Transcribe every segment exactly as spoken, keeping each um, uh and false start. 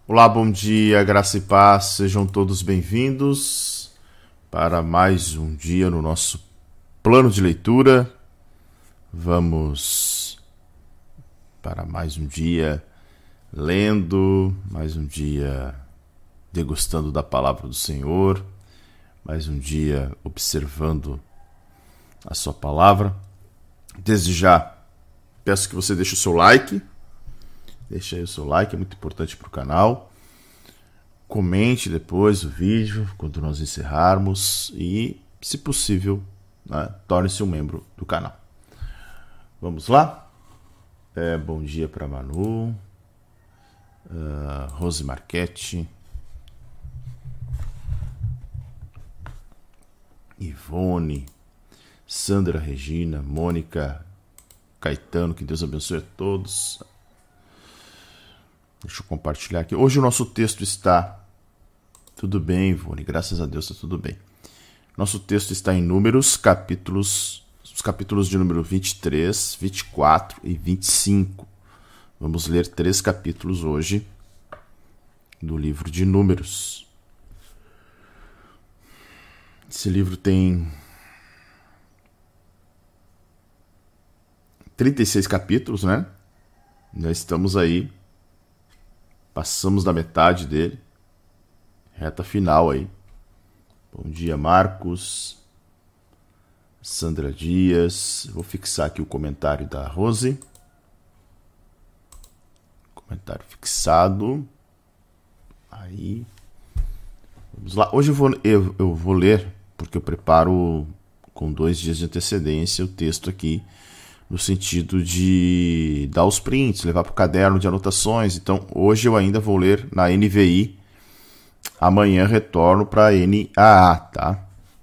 Olá, bom dia, graça e paz, sejam todos bem-vindos para mais um dia no nosso plano de leitura. Vamos para mais um dia lendo, mais um dia degustando da palavra do Senhor, mais um dia observando a sua palavra. Desde já, peço que você deixe o seu like. Deixa aí o seu like, é muito importante para o canal. Comente depois o vídeo, quando nós encerrarmos. E, se possível, né, torne-se um membro do canal. Vamos lá? É, bom dia para Manu, uh, Rose Marchetti, Ivone, Sandra Regina, Mônica, Caetano, que Deus abençoe a todos. Deixa eu compartilhar aqui. Hoje o nosso texto está... Tudo bem, Ivone, graças a Deus está tudo bem. Nosso texto está em Números, capítulos... Os capítulos de número vinte e três, vinte e quatro e vinte e cinco. Vamos ler três capítulos hoje do livro de Números. Esse livro tem trinta e seis capítulos, né? Já estamos aí, passamos da metade dele, reta final aí. Bom dia, Marcos, Sandra Dias. Vou fixar aqui o comentário da Rose. Comentário fixado. Aí, vamos lá. Hoje eu vou, eu, eu vou ler, porque eu preparo com dois dias de antecedência o texto aqui, no sentido de dar os prints, levar para o caderno de anotações. Então, hoje eu ainda vou ler na N V I, amanhã retorno para a N A A, tá?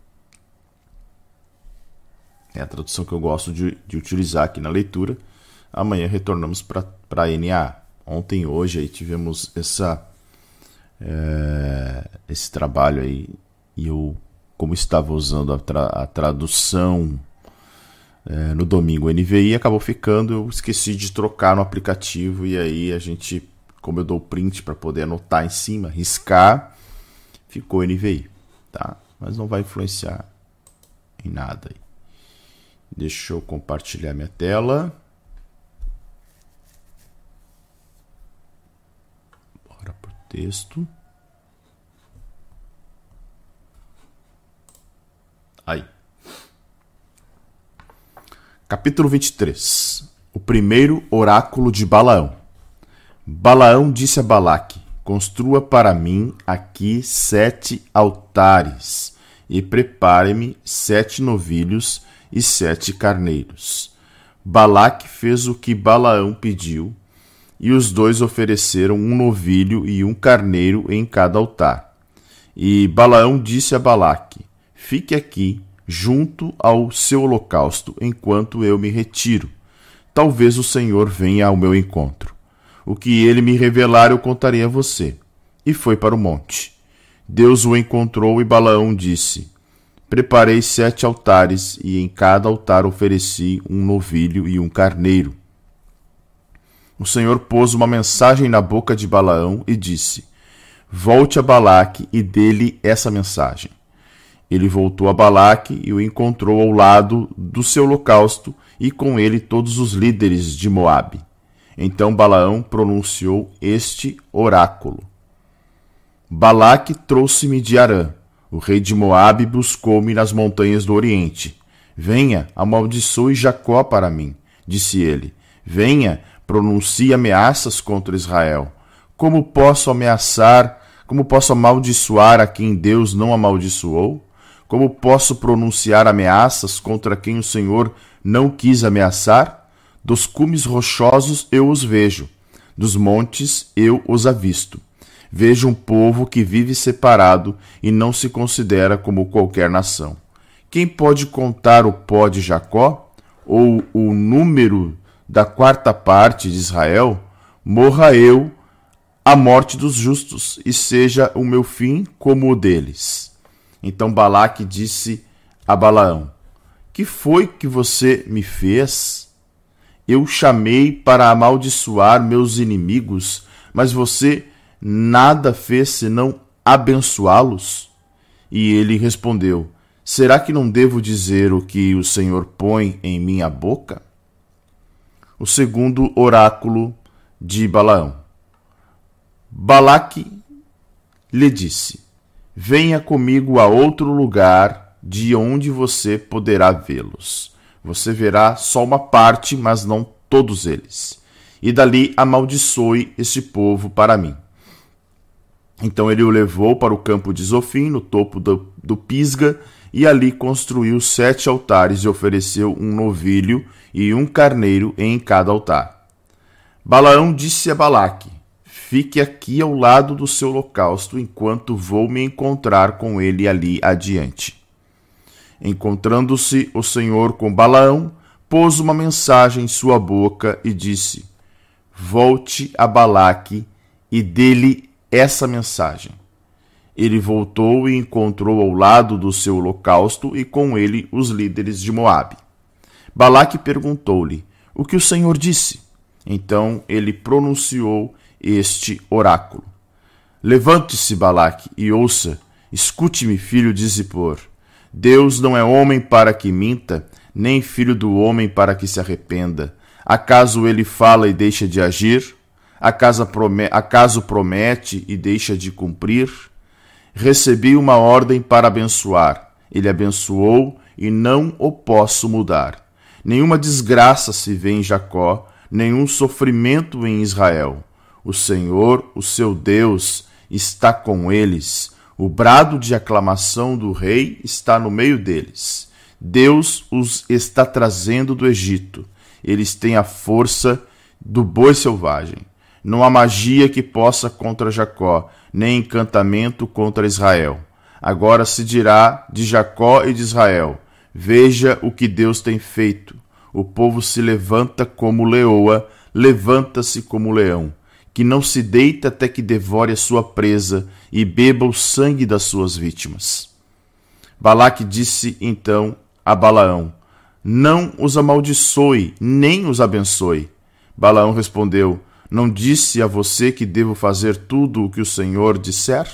É a tradução que eu gosto de, de utilizar aqui na leitura. Amanhã retornamos para a N A A. Ontem e hoje aí tivemos essa, é, esse trabalho aí, e eu, como estava usando a, tra, a tradução É, no domingo N V I, acabou ficando, eu esqueci de trocar no aplicativo, e aí a gente, como eu dou o print para poder anotar em cima, riscar, ficou N V I, tá? Mas não vai influenciar em nada aí. Deixa eu compartilhar minha tela. Bora pro texto. Aí. Capítulo vinte e três. O primeiro oráculo de Balaão. Balaão disse a Balaque: construa para mim aqui sete altares, e prepare-me sete novilhos e sete carneiros. Balaque fez o que Balaão pediu, e os dois ofereceram um novilho e um carneiro em cada altar. E Balaão disse a Balaque: fique aqui junto ao seu holocausto, enquanto eu me retiro. Talvez o Senhor venha ao meu encontro. O que ele me revelar eu contarei a você. E foi para o monte. Deus o encontrou e Balaão disse: preparei sete altares, e em cada altar ofereci um novilho e um carneiro. O Senhor pôs uma mensagem na boca de Balaão e disse: volte a Balaque e dê-lhe essa mensagem. Ele voltou a Balaque e o encontrou ao lado do seu holocausto, e com ele todos os líderes de Moabe. Então Balaão pronunciou este oráculo: Balaque trouxe-me de Arã. O rei de Moabe buscou-me nas montanhas do Oriente. Venha, amaldiçoe Jacó para mim, disse ele. Venha, pronuncie ameaças contra Israel. Como posso ameaçar, como posso amaldiçoar a quem Deus não amaldiçoou? Como posso pronunciar ameaças contra quem o Senhor não quis ameaçar? Dos cumes rochosos eu os vejo, dos montes eu os avisto. Vejo um povo que vive separado e não se considera como qualquer nação. Quem pode contar o pó de Jacó? Ou o número da quarta parte de Israel? Morra eu a morte dos justos, e seja o meu fim como o deles. Então Balaque disse a Balaão: que foi que você me fez? Eu chamei para amaldiçoar meus inimigos, mas você nada fez senão abençoá-los? E ele respondeu: será que não devo dizer o que o Senhor põe em minha boca? O segundo oráculo de Balaão. Balaque lhe disse: venha comigo a outro lugar de onde você poderá vê-los. Você verá só uma parte, mas não todos eles. E dali amaldiçoe este povo para mim. Então ele o levou para o campo de Zofim, no topo do, do Pisga, e ali construiu sete altares e ofereceu um novilho e um carneiro em cada altar. Balaão disse a Balaque: fique aqui ao lado do seu holocausto, enquanto vou me encontrar com ele ali adiante. Encontrando-se o Senhor com Balaão, pôs uma mensagem em sua boca e disse: volte a Balaque e dê-lhe essa mensagem. Ele voltou e encontrou ao lado do seu holocausto e com ele os líderes de Moabe. Balaque perguntou-lhe: o que o Senhor disse? Então ele pronunciou este oráculo: levante-se, Balaque, e ouça. Escute-me, filho de Zippor. Deus não é homem para que minta, nem filho do homem para que se arrependa. Acaso ele fala e deixa de agir? Acaso promete, acaso promete e deixa de cumprir? Recebi uma ordem para abençoar. Ele abençoou e não o posso mudar. Nenhuma desgraça se vê em Jacó, nenhum sofrimento em Israel. O Senhor, o seu Deus, está com eles. O brado de aclamação do rei está no meio deles. Deus os está trazendo do Egito. Eles têm a força do boi selvagem. Não há magia que possa contra Jacó, nem encantamento contra Israel. Agora se dirá de Jacó e de Israel: veja o que Deus tem feito. O povo se levanta como leoa, levanta-se como leão, que não se deita até que devore a sua presa e beba o sangue das suas vítimas. Balaque disse então a Balaão: não os amaldiçoe, nem os abençoe. Balaão respondeu: não disse a você que devo fazer tudo o que o Senhor disser?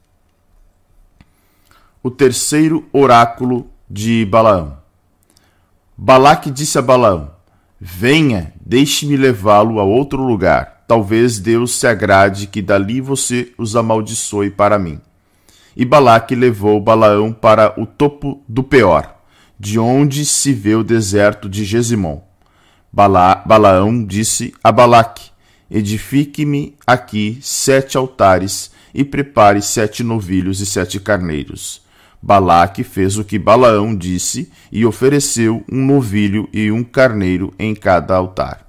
O terceiro oráculo de Balaão. Balaque disse a Balaão: venha, deixe-me levá-lo a outro lugar. Talvez Deus se agrade que dali você os amaldiçoe para mim. E Balaque levou Balaão para o topo do Peor, de onde se vê o deserto de Gesimon. Bala- Balaão disse a Balaque: edifique-me aqui sete altares e prepare sete novilhos e sete carneiros. Balaque fez o que Balaão disse e ofereceu um novilho e um carneiro em cada altar.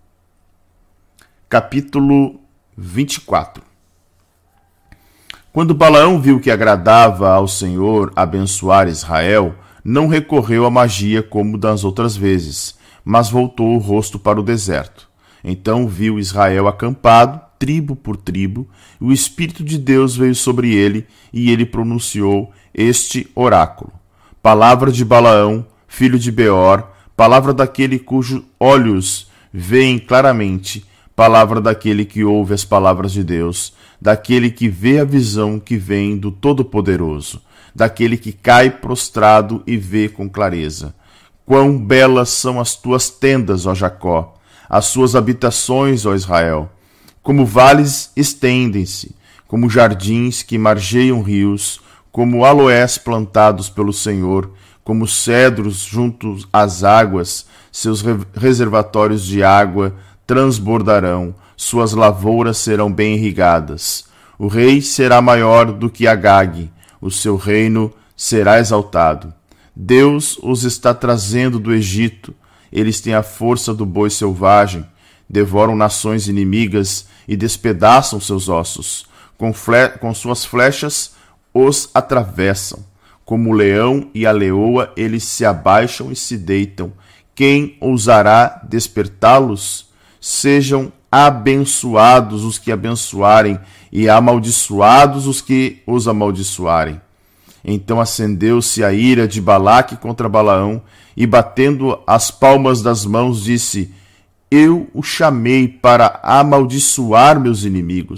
Capítulo vinte e quatro. Quando Balaão viu que agradava ao Senhor abençoar Israel, não recorreu à magia como das outras vezes, mas voltou o rosto para o deserto. Então viu Israel acampado, tribo por tribo, e o Espírito de Deus veio sobre ele, e ele pronunciou este oráculo: palavra de Balaão, filho de Beor, palavra daquele cujos olhos veem claramente, palavra daquele que ouve as palavras de Deus, daquele que vê a visão que vem do Todo-Poderoso, daquele que cai prostrado e vê com clareza. Quão belas são as tuas tendas, ó Jacó, as suas habitações, ó Israel. Como vales estendem-se, como jardins que margeiam rios, como aloés plantados pelo Senhor, como cedros junto às águas, seus reservatórios de água transbordarão, suas lavouras serão bem irrigadas. O rei será maior do que Agag, o seu reino será exaltado. Deus os está trazendo do Egito, eles têm a força do boi selvagem, devoram nações inimigas e despedaçam seus ossos. Com, fle- com suas flechas os atravessam. Como o leão e a leoa, eles se abaixam e se deitam. Quem ousará despertá-los? Sejam abençoados os que abençoarem, e amaldiçoados os que os amaldiçoarem. Então acendeu-se a ira de Balaque contra Balaão, e batendo as palmas das mãos, disse: eu o chamei para amaldiçoar meus inimigos,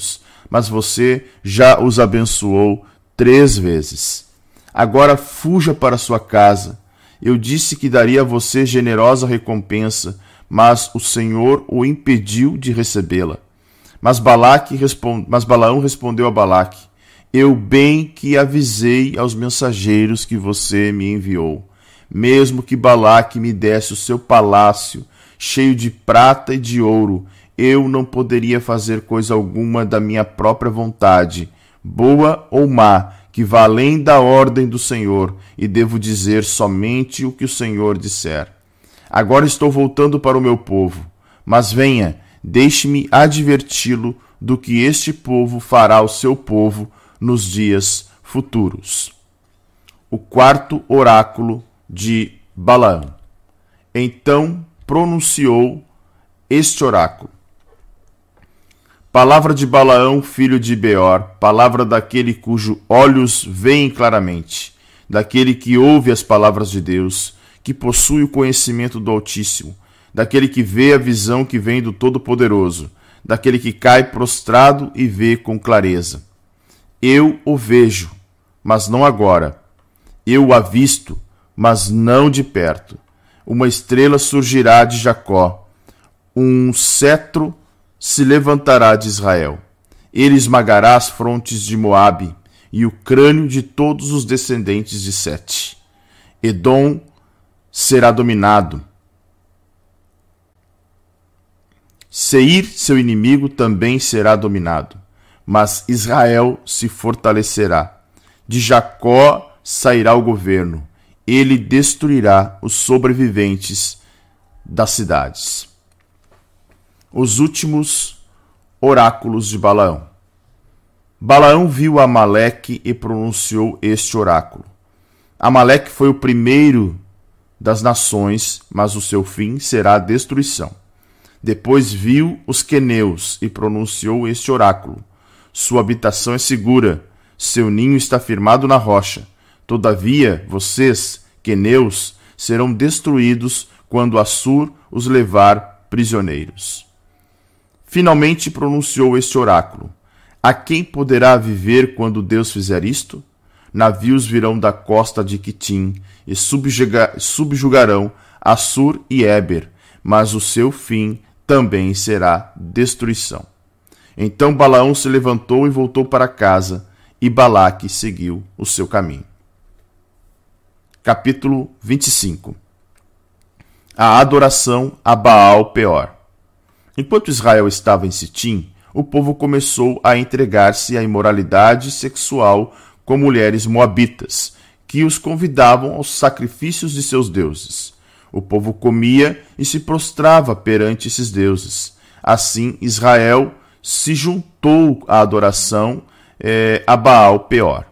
mas você já os abençoou três vezes. Agora fuja para sua casa. Eu disse que daria a você generosa recompensa, mas o Senhor o impediu de recebê-la. Mas, Balaque respond... mas Balaão respondeu a Balaque: eu bem que avisei aos mensageiros que você me enviou. Mesmo que Balaque me desse o seu palácio cheio de prata e de ouro, eu não poderia fazer coisa alguma da minha própria vontade, boa ou má, que vá além da ordem do Senhor, e devo dizer somente o que o Senhor disser. Agora estou voltando para o meu povo, mas venha, deixe-me adverti-lo do que este povo fará ao seu povo nos dias futuros. O quarto oráculo de Balaão. Então pronunciou este oráculo: palavra de Balaão, filho de Beor, palavra daquele cujos olhos veem claramente, daquele que ouve as palavras de Deus, que possui o conhecimento do Altíssimo, daquele que vê a visão que vem do Todo-Poderoso, daquele que cai prostrado e vê com clareza. Eu o vejo, mas não agora. Eu o avisto, mas não de perto. Uma estrela surgirá de Jacó, um cetro se levantará de Israel. Ele esmagará as frontes de Moabe e o crânio de todos os descendentes de Sete. Edom será dominado. Seir, seu inimigo, também será dominado, mas Israel se fortalecerá. De Jacó sairá o governo. Ele destruirá os sobreviventes das cidades. Os últimos oráculos de Balaão. Balaão viu Amaleque e pronunciou este oráculo. Amaleque foi o primeiro das nações, mas o seu fim será a destruição. Depois viu os queneus e pronunciou este oráculo. Sua habitação é segura, seu ninho está firmado na rocha. Todavia, vocês, queneus, serão destruídos quando Assur os levar prisioneiros. Finalmente pronunciou este oráculo: a quem poderá viver quando Deus fizer isto? Navios virão da costa de Quitim e subjuga- subjugarão Assur e Éber, mas o seu fim também será destruição. Então Balaão se levantou e voltou para casa, e Balaque seguiu o seu caminho. Capítulo vinte e cinco. A adoração a Baal Peor. Enquanto Israel estava em Sitim, o povo começou a entregar-se à imoralidade sexual com mulheres moabitas, que os convidavam aos sacrifícios de seus deuses. O povo comia e se prostrava perante esses deuses. Assim, Israel se juntou à adoração eh, a Baal Peor.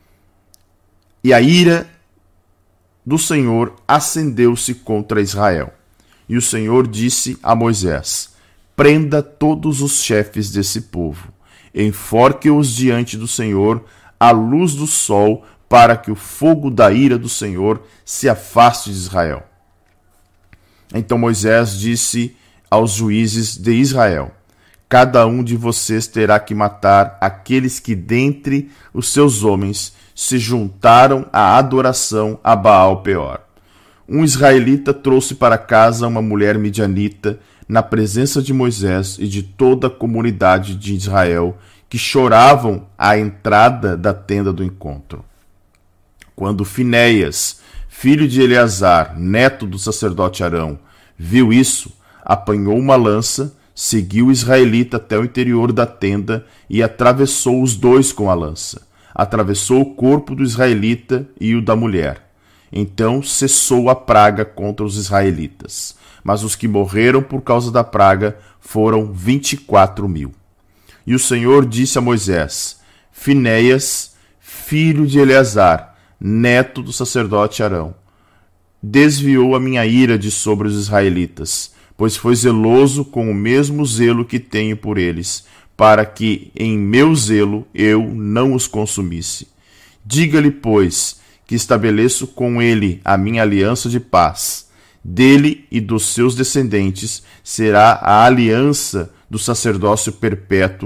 E a ira do Senhor acendeu-se contra Israel. E o Senhor disse a Moisés: prenda todos os chefes desse povo, enforque-os diante do Senhor à luz do sol, para que o fogo da ira do Senhor se afaste de Israel. Então Moisés disse aos juízes de Israel: cada um de vocês terá que matar aqueles que dentre os seus homens se juntaram à adoração a Baal Peor. Um israelita trouxe para casa uma mulher midianita na presença de Moisés e de toda a comunidade de Israel, que choravam à entrada da tenda do encontro. Quando Finéias, filho de Eleazar, neto do sacerdote Arão, viu isso, apanhou uma lança, seguiu o israelita até o interior da tenda e atravessou os dois com a lança. Atravessou o corpo do israelita e o da mulher. Então cessou a praga contra os israelitas. Mas os que morreram por causa da praga foram vinte e quatro mil. E o Senhor disse a Moisés: Finéias, filho de Eleazar, neto do sacerdote Arão, desviou a minha ira de sobre os israelitas, pois foi zeloso com o mesmo zelo que tenho por eles, para que em meu zelo eu não os consumisse. Diga-lhe, pois, que estabeleço com ele a minha aliança de paz. Dele e dos seus descendentes será a aliança do sacerdócio perpétuo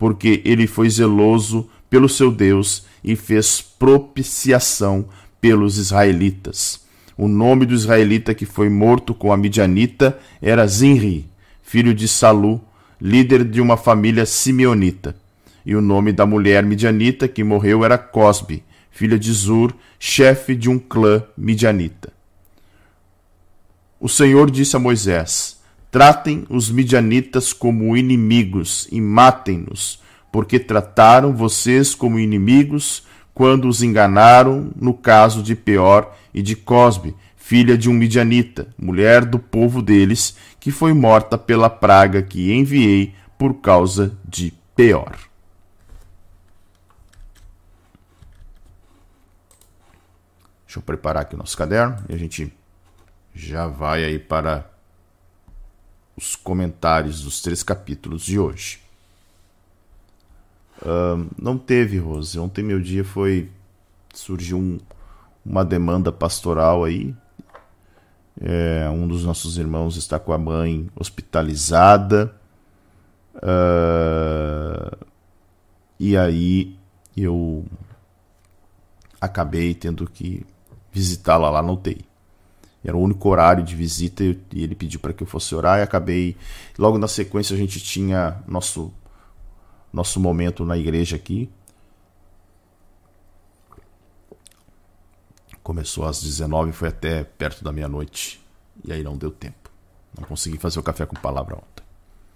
porque ele foi zeloso pelo seu Deus e fez propiciação pelos israelitas. O nome do israelita que foi morto com a midianita era Zinri, filho de Salu, líder de uma família simeonita. E o nome da mulher midianita que morreu era Cosbe, filha de Zur, chefe de um clã midianita. O Senhor disse a Moisés: tratem os midianitas como inimigos e matem-nos, porque trataram vocês como inimigos quando os enganaram no caso de Peor e de Cosbe, filha de um midianita, mulher do povo deles, que foi morta pela praga que enviei por causa de Peor. Deixa eu preparar aqui o nosso caderno e a gente já vai aí para os comentários dos três capítulos de hoje. Uh, não teve, Rose. Ontem meu dia foi... Surgiu um, uma demanda pastoral aí. É, um dos nossos irmãos está com a mãe hospitalizada. Uh, e aí eu acabei tendo que visitá-la lá na U T I. Era o único horário de visita e ele pediu para que eu fosse orar e acabei... Logo na sequência a gente tinha nosso, nosso momento na igreja aqui. Começou às dezenove e foi até perto da meia-noite. E aí não deu tempo. Não consegui fazer o café com palavra ontem.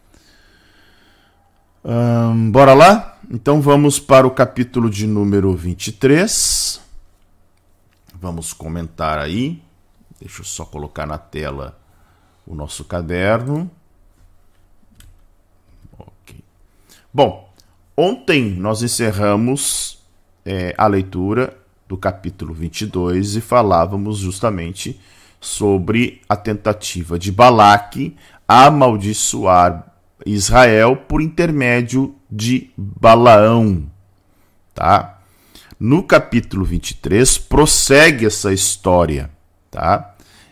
Hum, bora lá? Então vamos para o capítulo de número vinte e três. Vamos comentar aí. Deixa eu só colocar na tela o nosso caderno. Ok. Bom, ontem nós encerramos é, a leitura do capítulo vinte e dois e falávamos justamente sobre a tentativa de Balaque amaldiçoar Israel por intermédio de Balaão. Tá? No capítulo vinte e três prossegue essa história. Tá?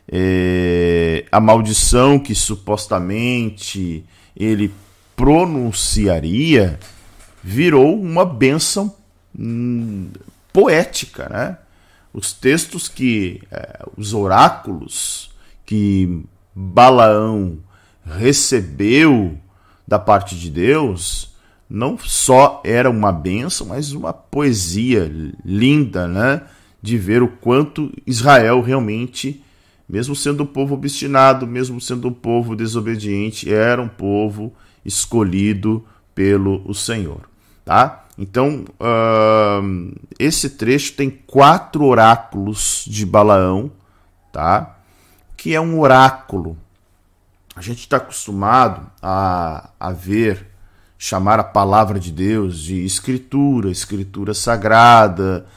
É, a maldição que supostamente ele pronunciaria virou uma bênção hum, poética, né? Os textos que, é, os oráculos que Balaão recebeu da parte de Deus não só era uma bênção, mas uma poesia linda, né? De ver o quanto Israel realmente, mesmo sendo um povo obstinado, mesmo sendo um povo desobediente, era um povo escolhido pelo o Senhor. Tá? Então, uh, esse trecho tem quatro oráculos de Balaão, tá? Que é um oráculo. A gente está acostumado a, a ver, chamar a palavra de Deus de escritura, escritura sagrada,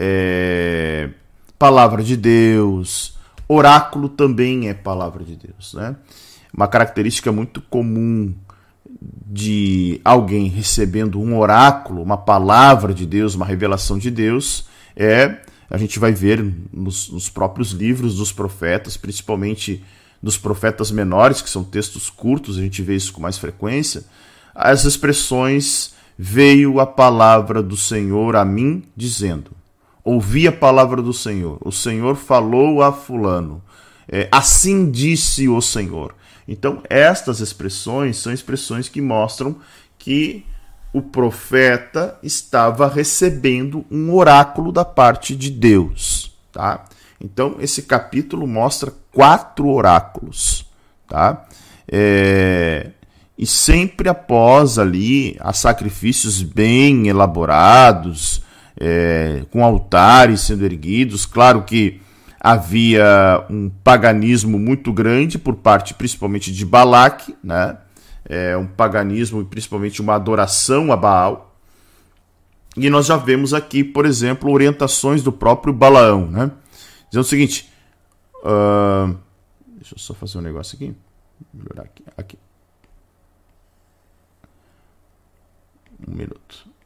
É, palavra de Deus. Oráculo também é palavra de Deus, né? Uma característica muito comum de alguém recebendo um oráculo, uma palavra de Deus, uma revelação de Deus, é, a gente vai ver nos, nos próprios livros dos profetas, principalmente dos profetas menores, que são textos curtos, a gente vê isso com mais frequência, as expressões: veio a palavra do Senhor a mim, dizendo. Ouvi a palavra do Senhor. O Senhor falou a fulano. É, assim disse o Senhor. Então, estas expressões são expressões que mostram que o profeta estava recebendo um oráculo da parte de Deus. Tá? Então, esse capítulo mostra quatro oráculos. Tá? É, e sempre após ali, há sacrifícios bem elaborados, É, com altares sendo erguidos. Claro que havia um paganismo muito grande por parte principalmente de Balaque, né? É, um paganismo e principalmente uma adoração a Baal. E nós já vemos aqui, por exemplo, orientações do próprio Balaão, né? Dizendo o seguinte, uh, deixa eu só fazer um negócio aqui, melhorar aqui, aqui. Um minuto.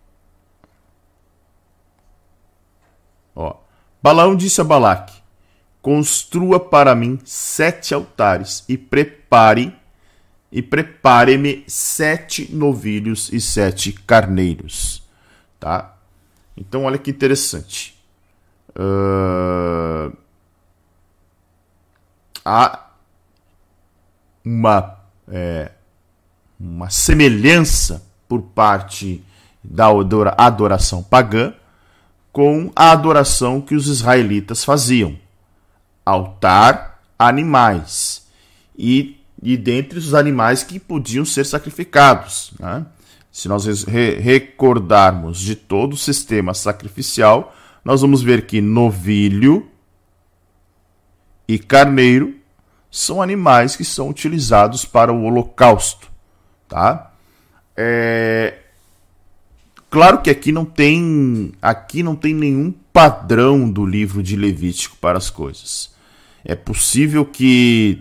Ó, Balaão disse a Balaque: construa para mim sete altares e prepare e prepare-me sete novilhos e sete carneiros. Tá? Então, olha que interessante. Uh... Há uma, é, uma semelhança por parte da adoração pagã com a adoração que os israelitas faziam. Altar, animais. E, e dentre os animais que podiam ser sacrificados. Né? Se nós re- recordarmos de todo o sistema sacrificial, nós vamos ver que novilho e carneiro são animais que são utilizados para o holocausto. Tá? É... Claro que aqui não tem, aqui não tem nenhum padrão do livro de Levítico para as coisas. É possível que,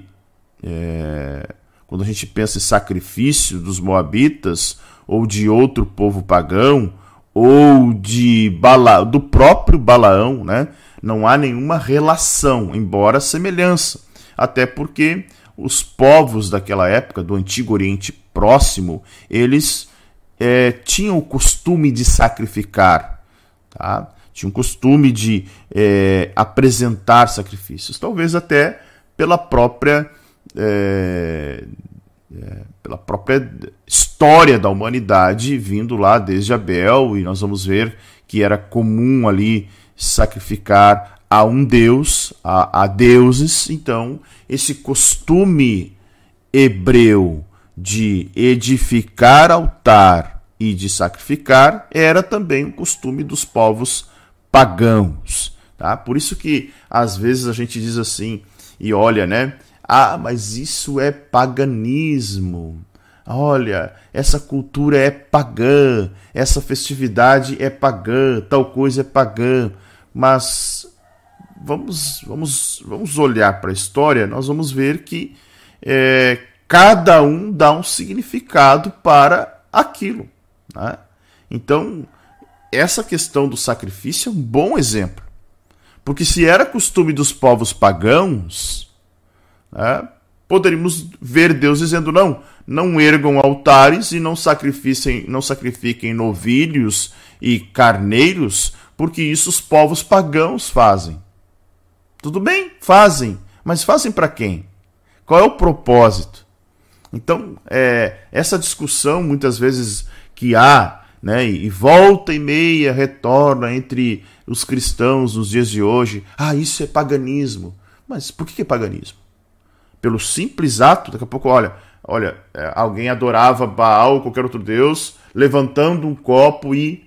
é, quando a gente pensa em sacrifício dos moabitas, ou de outro povo pagão, ou de Bala, do próprio Balaão, né, não há nenhuma relação, embora semelhança. Até porque os povos daquela época, do Antigo Oriente Próximo, eles é, tinham o costume de sacrificar, tá? Tinham o costume de é, apresentar sacrifícios, talvez até pela própria, é, é, pela própria história da humanidade, vindo lá desde Abel, e nós vamos ver que era comum ali sacrificar a um deus, a, a deuses. Então, esse costume hebreu de edificar altar e de sacrificar era também um costume dos povos pagãos. Tá? Por isso que, às vezes, a gente diz assim, e olha, né? Ah, mas isso é paganismo. Olha, essa cultura é pagã, essa festividade é pagã, tal coisa é pagã. Mas vamos, vamos, vamos olhar para a história, nós vamos ver que é, cada um dá um significado para aquilo. Né? Então, essa questão do sacrifício é um bom exemplo. Porque se era costume dos povos pagãos, né, poderíamos ver Deus dizendo, não, não ergam altares e não sacrifiquem, não sacrifiquem novilhos e carneiros, porque isso os povos pagãos fazem. Tudo bem, fazem, mas fazem para quem? Qual é o propósito? Então, é, essa discussão muitas vezes que há, né, e volta e meia retorna entre os cristãos nos dias de hoje, ah, isso é paganismo. Mas por que é paganismo? Pelo simples ato, daqui a pouco, olha, olha, alguém adorava Baal ou qualquer outro deus, levantando um copo e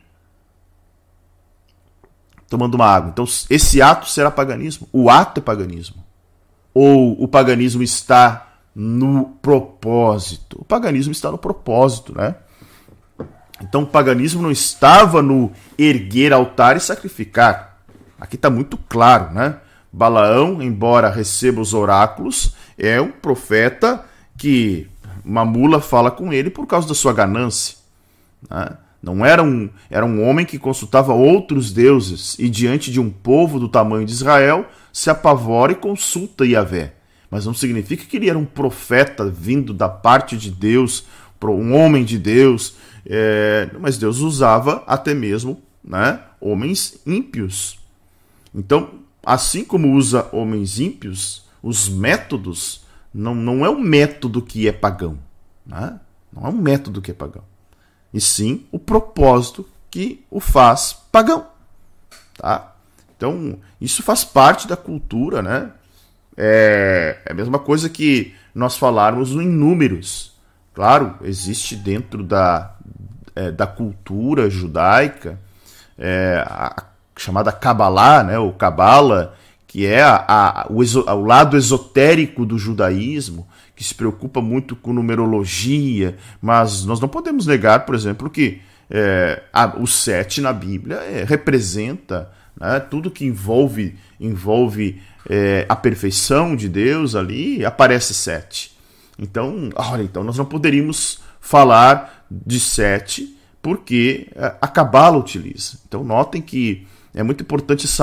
tomando uma água. Então, esse ato será paganismo? O ato é paganismo? Ou o paganismo está no propósito? O paganismo está no propósito, né? Então, o paganismo não estava no erguer altar e sacrificar. Aqui está muito claro, né? Balaão, embora receba os oráculos, é um profeta que uma mula fala com ele por causa da sua ganância. Né? Não era um, era um homem que consultava outros deuses e diante de um povo do tamanho de Israel se apavora e consulta Yahvé. Mas não significa que ele era um profeta vindo da parte de Deus, um homem de Deus, é, mas Deus usava até mesmo, né, homens ímpios. Então, assim como usa homens ímpios, os métodos não, não é um método que é pagão. Né? Não é um método que é pagão. E sim o propósito que o faz pagão. Tá? Então, isso faz parte da cultura, né? É, é a mesma coisa que nós falarmos em números. Claro, existe dentro da, é, da cultura judaica é, a chamada Kabbalah, né, ou Kabbalah, que é a, a, o, exo, o lado esotérico do judaísmo, que se preocupa muito com numerologia, mas nós não podemos negar, por exemplo, que é, a, o sete na Bíblia é, representa, né, tudo que envolve, envolve é, a perfeição de Deus ali, aparece sete. Então, olha, então nós não poderíamos falar de sete porque a Kabbalah utiliza. Então notem que é muito importante essa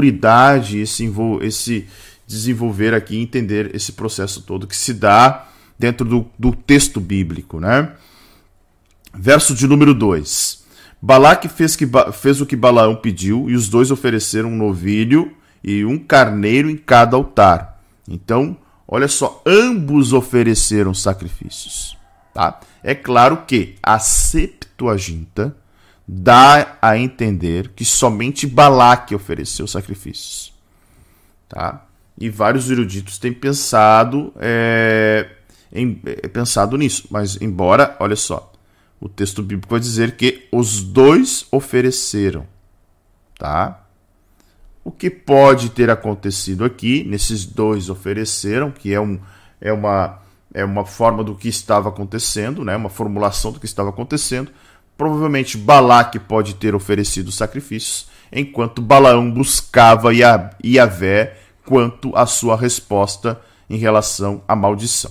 maturidade, esse, esse desenvolver aqui, entender esse processo todo que se dá dentro do, do texto bíblico, né? Verso de número dois. Balaque fez, que, fez o que Balaão pediu, e os dois ofereceram um novilho e um carneiro em cada altar. Então, olha só, ambos ofereceram sacrifícios. Tá? É claro que a Septuaginta dá a entender que somente Balaque ofereceu sacrifícios. Tá? E vários eruditos têm pensado, é, em, é, pensado nisso. Mas, embora, olha só, o texto bíblico vai dizer que os dois ofereceram. Tá? O que pode ter acontecido aqui, nesses dois ofereceram, que é, um, é, uma, é uma forma do que estava acontecendo, né? Uma formulação do que estava acontecendo. Provavelmente Balaque pode ter oferecido sacrifícios, enquanto Balaão buscava Yahvé quanto à sua resposta em relação à maldição.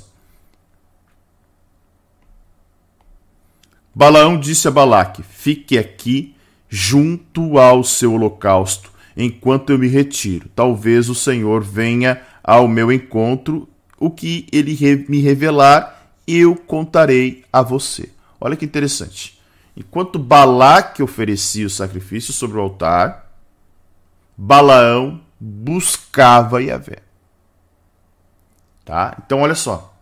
Balaão disse a Balaque: fique aqui junto ao seu holocausto, enquanto eu me retiro. Talvez o Senhor venha ao meu encontro, o que ele me revelar, eu contarei a você. Olha que interessante. Enquanto Balaque oferecia o sacrifício sobre o altar, Balaão buscava Yahvé. Tá? Então, olha só.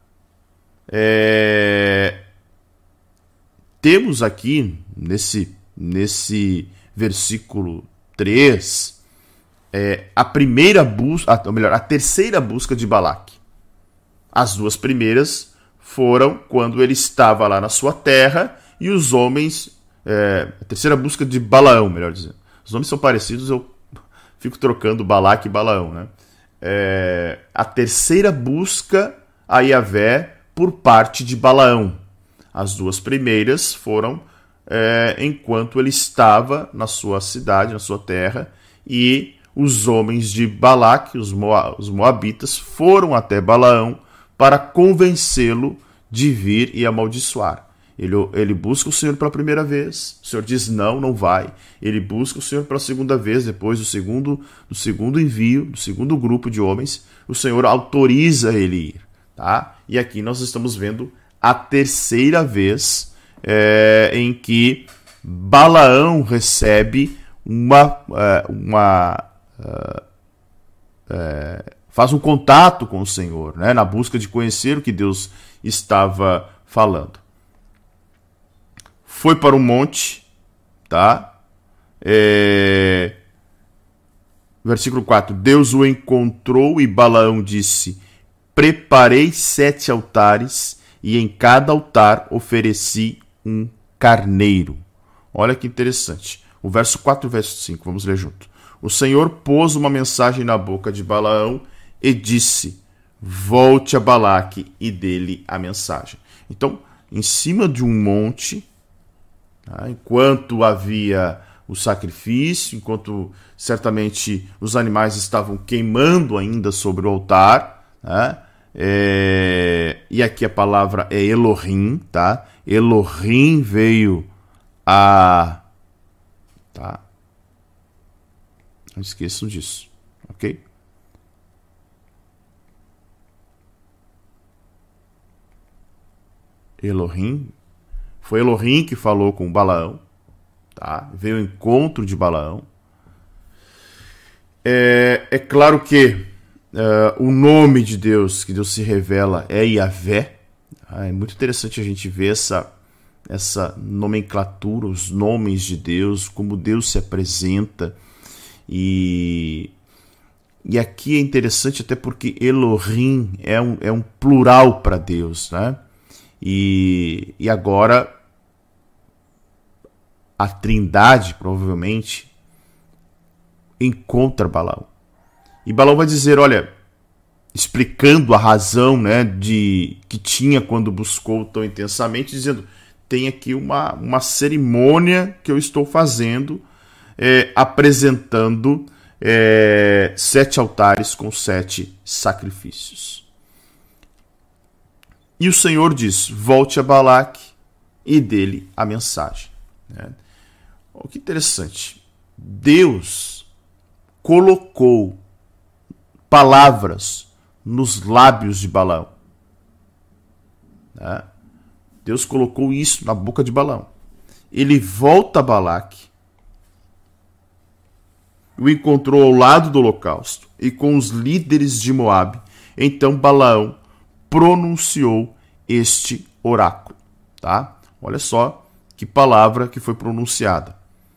É... Temos aqui, nesse, nesse versículo três, é, a primeira busca, ou melhor, a terceira busca de Balaque. As duas primeiras foram quando ele estava lá na sua terra e os homens... É, a terceira busca de Balaão, melhor dizendo. Os nomes são parecidos, eu fico trocando Balaque e Balaão, né? É, a terceira busca a Yahvé por parte de Balaão. As duas primeiras foram é, enquanto ele estava na sua cidade, na sua terra, e os homens de Balaque, os, Moab, os moabitas, foram até Balaão para convencê-lo de vir e amaldiçoar. Ele, ele busca o Senhor pela primeira vez, o Senhor diz não, não vai. Ele busca o Senhor pela segunda vez, depois do segundo, do segundo envio, do segundo grupo de homens, o Senhor autoriza ele ir. Tá? E aqui nós estamos vendo a terceira vez é, em que Balaão recebe uma... uma uh, uh, faz um contato com o Senhor, né, na busca de conhecer o que Deus estava falando. Foi para o monte, tá? É... Versículo quatro. Deus o encontrou e Balaão disse: preparei sete altares e em cada altar ofereci um carneiro. Olha que interessante. O verso quatro e o verso cinco, vamos ler junto. O Senhor pôs uma mensagem na boca de Balaão e disse: volte a Balaque e dê-lhe a mensagem. Então, em cima de um monte, tá, enquanto havia o sacrifício, enquanto certamente os animais estavam queimando ainda sobre o altar, tá, é, e aqui a palavra é Elohim, tá? Elohim veio a... Tá? Não esqueçam disso, ok? Elohim, foi Elohim que falou com Balaão, tá? Veio ao encontro de Balaão. É, é claro que uh, o nome de Deus, que Deus se revela, é Yahvé. Ah, é muito interessante a gente ver essa, essa nomenclatura, os nomes de Deus, como Deus se apresenta. E, e aqui é interessante até porque Elohim é um, é um plural para Deus, né? E, e agora a Trindade provavelmente encontra Balaão. E Balaão vai dizer, olha, explicando a razão, né, de, que tinha quando buscou tão intensamente, dizendo, tem aqui uma, uma cerimônia que eu estou fazendo, é, apresentando é, sete altares com sete sacrifícios. E o Senhor diz, volte a Balaque e dê-lhe a mensagem. Né? Oh, que interessante. Deus colocou palavras nos lábios de Balaão. Né? Deus colocou isso na boca de Balaão. Ele volta a Balaque, o encontrou ao lado do holocausto e com os líderes de Moabe. Então Balaão pronunciou este oráculo. Tá? Olha só que palavra que foi pronunciada.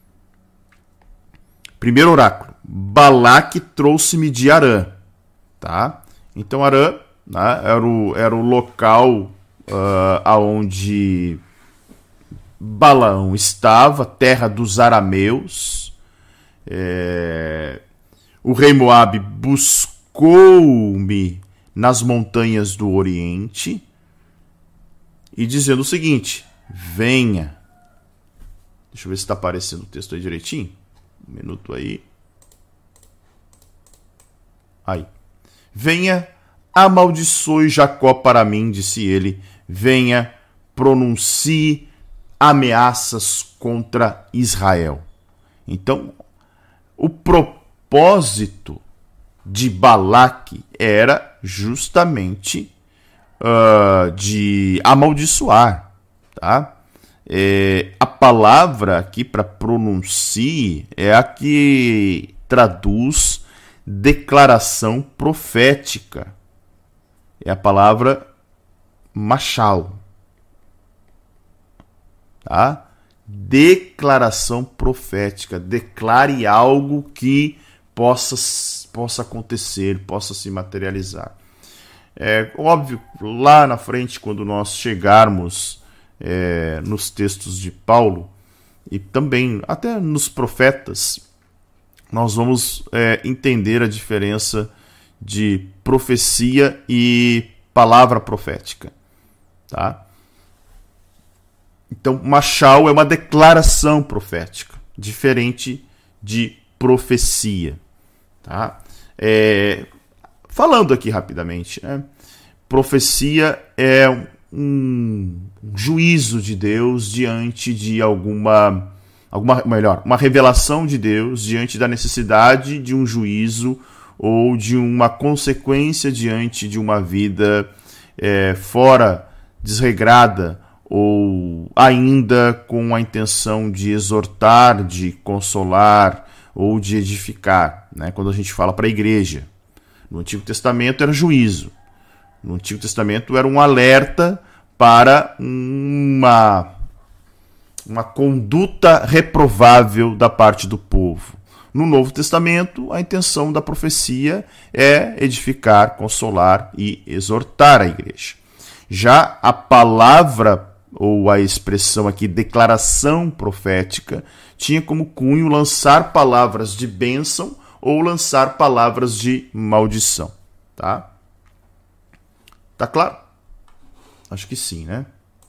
Primeiro oráculo. Balaque trouxe-me de Arã. Tá? Então Arã, né, era, o, era o local uh, aonde Balaão estava, terra dos arameus. É... O rei Moabe buscou-me nas montanhas do Oriente e dizendo o seguinte: venha. Deixa eu ver se está aparecendo o texto aí direitinho. Um minuto aí. Aí. Venha, amaldiçoe Jacó para mim, disse ele. Venha, pronuncie ameaças contra Israel. Então, o propósito de Balaque era justamente uh, de amaldiçoar, tá? É, a palavra aqui para pronuncie é a que traduz declaração profética. É a palavra machal. Tá? Declaração profética. Declare algo que possa, possa acontecer, possa se materializar. É óbvio, lá na frente, quando nós chegarmos é, nos textos de Paulo, e também até nos profetas, nós vamos é, entender a diferença de profecia e palavra profética. Tá? Então, machal é uma declaração profética, diferente de profecia. Tá? É, falando aqui rapidamente, né? Profecia é um juízo de Deus diante de alguma, alguma, melhor, uma revelação de Deus diante da necessidade de um juízo ou de uma consequência diante de uma vida é, fora, desregrada, ou ainda com a intenção de exortar, de consolar ou de edificar, né? Quando a gente fala para a igreja. No Antigo Testamento era juízo. No Antigo Testamento era um alerta para uma, uma conduta reprovável da parte do povo. No Novo Testamento, a intenção da profecia é edificar, consolar e exortar a igreja. Já a palavra, ou a expressão aqui, declaração profética, tinha como cunho lançar palavras de bênção ou lançar palavras de maldição. Tá? Tá claro? Acho que sim, né?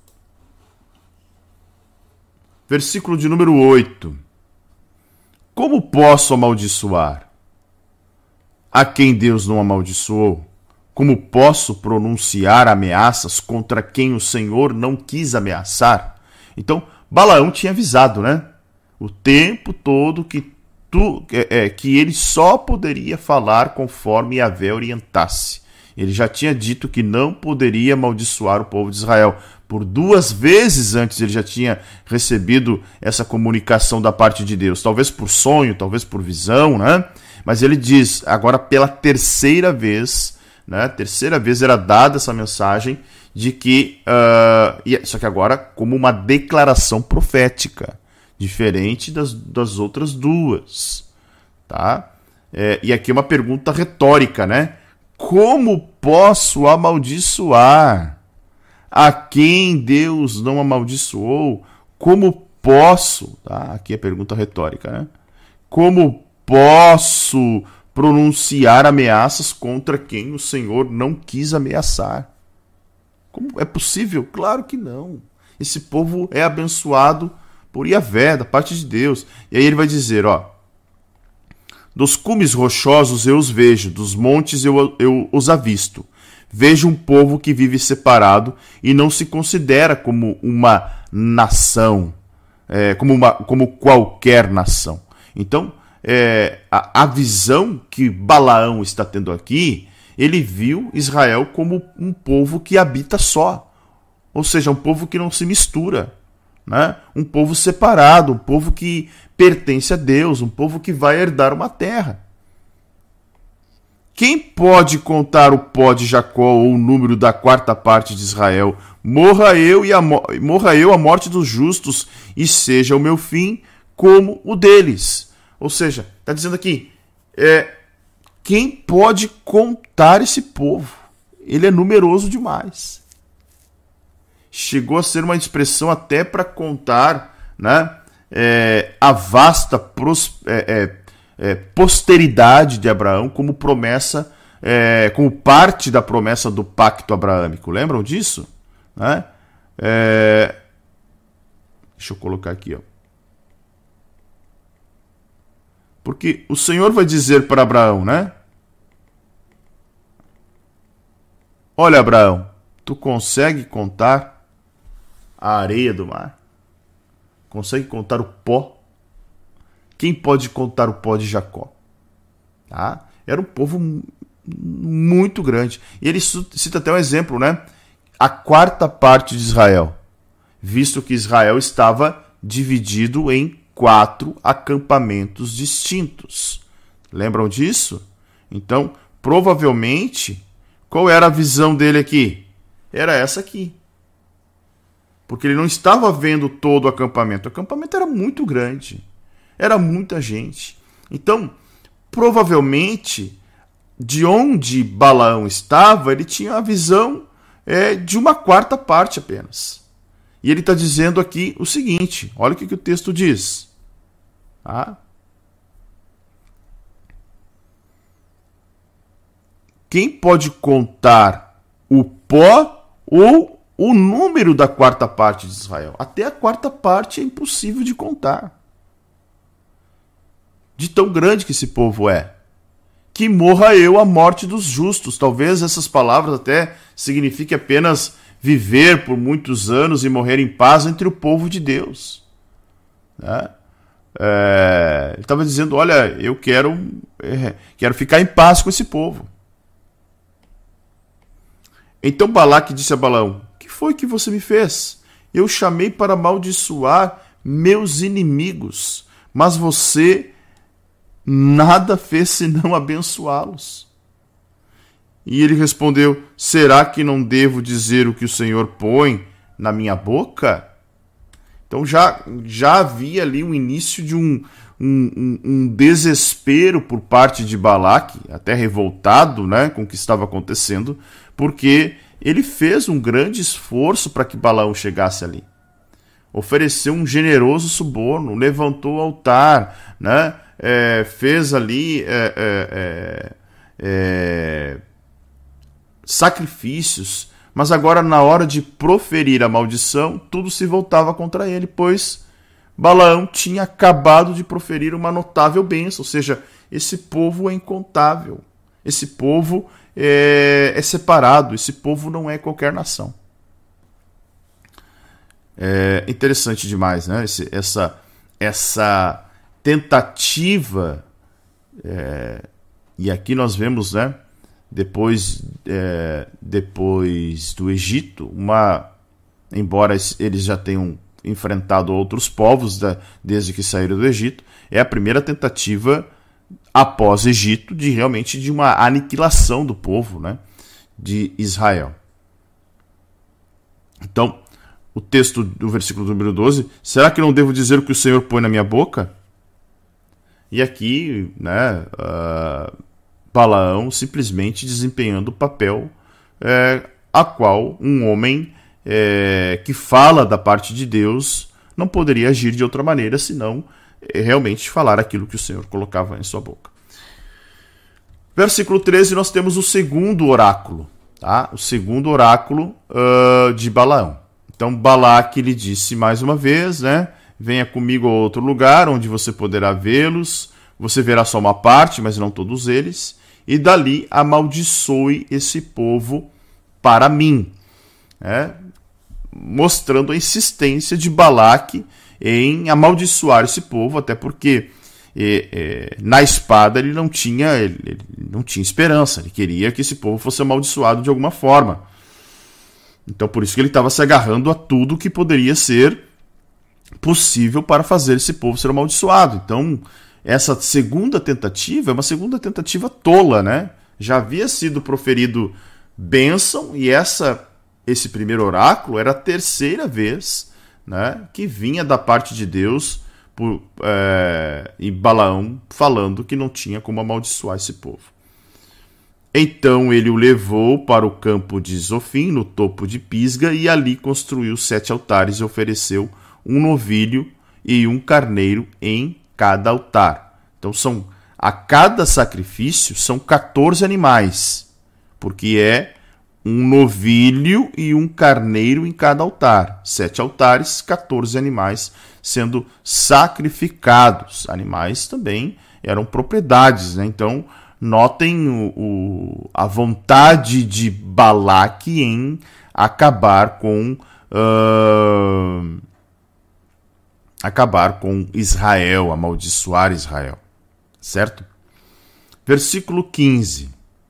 Versículo de número oito. Como posso amaldiçoar a quem Deus não amaldiçoou? Como posso pronunciar ameaças contra quem o Senhor não quis ameaçar? Então, Balaão tinha avisado, né? O tempo todo que, tu, é, é, que ele só poderia falar conforme Yahvé orientasse. Ele já tinha dito que não poderia amaldiçoar o povo de Israel. Por duas vezes antes ele já tinha recebido essa comunicação da parte de Deus. Talvez por sonho, talvez por visão, né? Mas ele diz, agora pela terceira vez, né? Terceira vez era dada essa mensagem de que... Uh, só que agora como uma declaração profética, diferente das, das outras duas. Tá? É, e aqui é uma pergunta retórica, né? Como posso amaldiçoar a quem Deus não amaldiçoou? Como posso? Tá? Aqui é a pergunta retórica, né? Como posso pronunciar ameaças contra quem o Senhor não quis ameaçar? Como é possível? Claro que não. Esse povo é abençoado por Yahvé, da parte de Deus. E aí ele vai dizer, ó: dos cumes rochosos eu os vejo, dos montes eu, eu os avisto. Vejo um povo que vive separado e não se considera como uma nação, é, como, uma, como qualquer nação. Então, é, a, a visão que Balaão está tendo aqui, ele viu Israel como um povo que habita só. ou seja, um povo que não se mistura, né? Um povo separado, um povo que pertence a Deus, um povo que vai herdar uma terra. Quem pode contar o pó de Jacó ou o número da quarta parte de Israel? Morra eu, e a, morra eu a morte dos justos, e seja o meu fim como o deles. Ou seja, está dizendo aqui, é, quem pode contar esse povo? Ele é numeroso demais. Chegou a ser uma expressão até para contar, né, é, a vasta pros, é, é, é, posteridade de Abraão como promessa, é, como parte da promessa do pacto abraâmico. Lembram disso? Né? É, deixa eu colocar aqui, ó. Porque o Senhor vai dizer para Abraão, né? Olha, Abraão, tu consegue contar a areia do mar? Consegue contar o pó? Quem pode contar o pó de Jacó? Tá? Era um povo muito grande. E ele cita até um exemplo, né? A quarta parte de Israel, visto que Israel estava dividido em quatro acampamentos distintos. Lembram disso? Então, provavelmente, qual era a visão dele aqui? Era essa aqui. Porque ele não estava vendo todo o acampamento. O acampamento era muito grande. Era muita gente. Então, provavelmente, de onde Balaão estava, ele tinha a visão é, de uma quarta parte apenas. E ele está dizendo aqui o seguinte, olha o que, que o texto diz. Tá? Quem pode contar o pó ou o número da quarta parte de Israel? Até a quarta parte é impossível de contar. De tão grande que esse povo é. Que morra eu a morte dos justos. Talvez essas palavras até signifiquem apenas viver por muitos anos e morrer em paz entre o povo de Deus. Né? É, ele estava dizendo, olha, eu quero, é, quero ficar em paz com esse povo. Então Balaque disse a Balaão, que foi que você me fez? Eu chamei para amaldiçoar meus inimigos, mas você nada fez senão abençoá-los. E ele respondeu, será que não devo dizer o que o Senhor põe na minha boca? Então já, já havia ali um início de um, um, um desespero por parte de Balaque, até revoltado, né, com o que estava acontecendo, porque ele fez um grande esforço para que Balaão chegasse ali. Ofereceu um generoso suborno, levantou o altar, né, é, fez ali é, é, é, sacrifícios, mas agora na hora de proferir a maldição, tudo se voltava contra ele, pois Balaão tinha acabado de proferir uma notável bênção, ou seja, esse povo é incontável, esse povo é, é separado, esse povo não é qualquer nação. É interessante demais, né? Esse, essa, essa tentativa, é, e aqui nós vemos, né, depois, é, depois do Egito, uma, embora eles já tenham enfrentado outros povos da, desde que saíram do Egito, é a primeira tentativa após Egito de realmente de uma aniquilação do povo, né, de Israel. Então, o texto do versículo número doze, será que não devo dizer o que o Senhor põe na minha boca? E aqui, né, uh, Balaão simplesmente desempenhando o papel é, a qual um homem é, que fala da parte de Deus não poderia agir de outra maneira, senão é, realmente falar aquilo que o Senhor colocava em sua boca. Versículo treze, nós temos o segundo oráculo, tá? O segundo oráculo uh, de Balaão. Então Balaque lhe disse mais uma vez, né? Venha comigo a outro lugar onde você poderá vê-los. Você verá só uma parte, mas não todos eles. E dali amaldiçoe esse povo para mim. É? Mostrando a insistência de Balaque em amaldiçoar esse povo, até porque é, é, na espada ele não tinha, ele, ele não tinha esperança. Ele queria que esse povo fosse amaldiçoado de alguma forma. Então por isso que ele estava se agarrando a tudo que poderia ser possível para fazer esse povo ser amaldiçoado. Então essa segunda tentativa é uma segunda tentativa tola, né? Já havia sido proferido bênção e essa, esse primeiro oráculo era a terceira vez, né, que vinha da parte de Deus por, é, e Balaão falando que não tinha como amaldiçoar esse povo. Então ele o levou para o campo de Zofim, no topo de Pisga, e ali construiu sete altares e ofereceu um novilho e um carneiro em cada altar. Então são, a cada sacrifício são quatorze animais, porque é um novilho e um carneiro em cada altar. Sete altares, quatorze animais sendo sacrificados. Animais também eram propriedades, né? Então notem o, o, a vontade de Balaque em acabar com uh, acabar com Israel, amaldiçoar Israel, certo? Versículo quinze.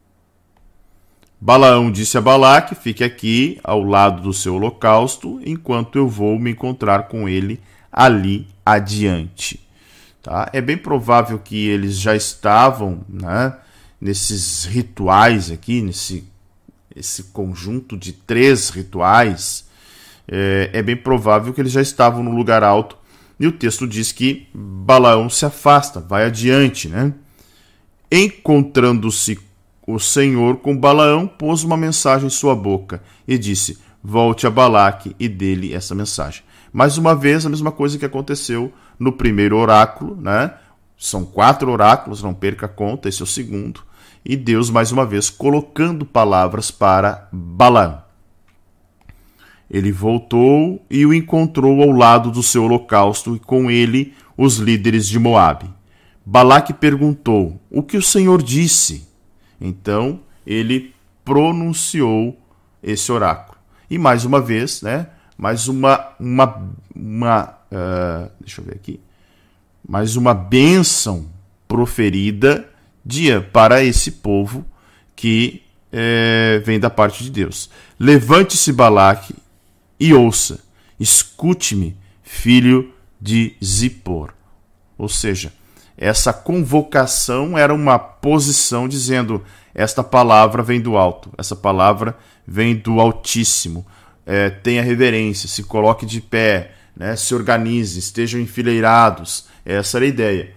Balaão disse a Balaque: fique aqui ao lado do seu holocausto, enquanto eu vou me encontrar com ele ali adiante. Tá? É bem provável que eles já estavam, né, nesses rituais aqui, nesse esse conjunto de três rituais. É, é bem provável que eles já estavam no lugar alto. E o texto diz que Balaão se afasta, vai adiante, né? Encontrando-se o Senhor com Balaão, pôs uma mensagem em sua boca e disse: volte a Balaque e dê-lhe essa mensagem. Mais uma vez, a mesma coisa que aconteceu no primeiro oráculo, né? São quatro oráculos, não perca a conta, esse é o segundo. E Deus, mais uma vez, colocando palavras para Balaão. Ele voltou e o encontrou ao lado do seu holocausto e com ele os líderes de Moabe. Balaque perguntou: o que o Senhor disse? Então ele pronunciou esse oráculo. E mais uma vez, né? Mais uma, uma, uma uh, deixa eu ver aqui, mais uma bênção proferida dia para esse povo que é, vem da parte de Deus. Levante-se, Balaque, e ouça. Escute-me, filho de Zippor. Ou seja, essa convocação era uma posição dizendo: esta palavra vem do alto, essa palavra vem do Altíssimo. É, tenha reverência, se coloque de pé, né, se organize, estejam enfileirados. Essa era a ideia.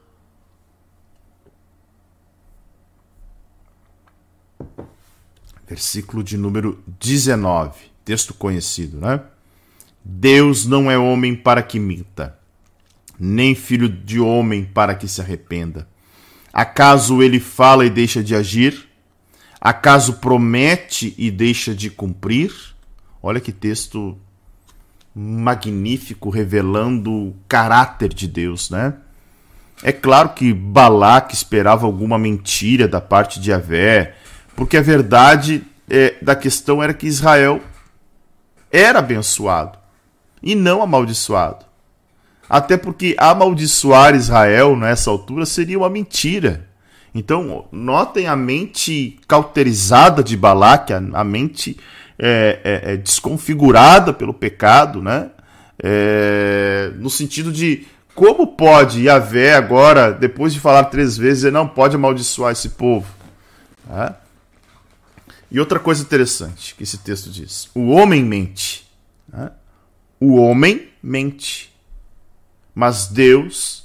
Versículo de número dezenove, texto conhecido, né? Deus não é homem para que minta, nem filho de homem para que se arrependa. Acaso ele fala e deixa de agir? Acaso promete e deixa de cumprir? Olha que texto magnífico, revelando o caráter de Deus, né? É claro que Balaque esperava alguma mentira da parte de Yahvé, porque a verdade é, da questão era que Israel era abençoado e não amaldiçoado. Até porque amaldiçoar Israel nessa altura seria uma mentira. Então, notem a mente cauterizada de Balaque, a mente é, é, é, desconfigurada pelo pecado, né? É, no sentido de como pode Yahvé agora, depois de falar três vezes, ele não pode amaldiçoar esse povo. Tá? E outra coisa interessante que esse texto diz: o homem mente. Né? O homem mente. Mas Deus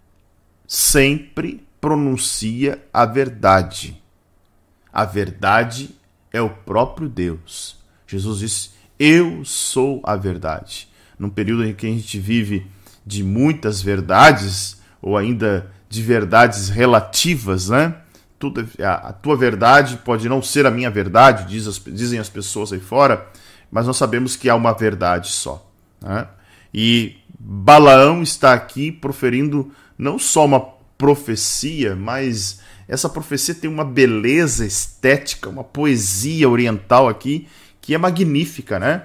sempre pronuncia a verdade. A verdade é o próprio Deus. Jesus disse: eu sou a verdade. Num período em que a gente vive de muitas verdades, ou ainda de verdades relativas, né? Tudo, a, a tua verdade pode não ser a minha verdade, diz as, dizem as pessoas aí fora, mas nós sabemos que há uma verdade só. Né? E Balaão está aqui proferindo não só uma profecia, mas essa profecia tem uma beleza estética, uma poesia oriental aqui, que é magnífica, né?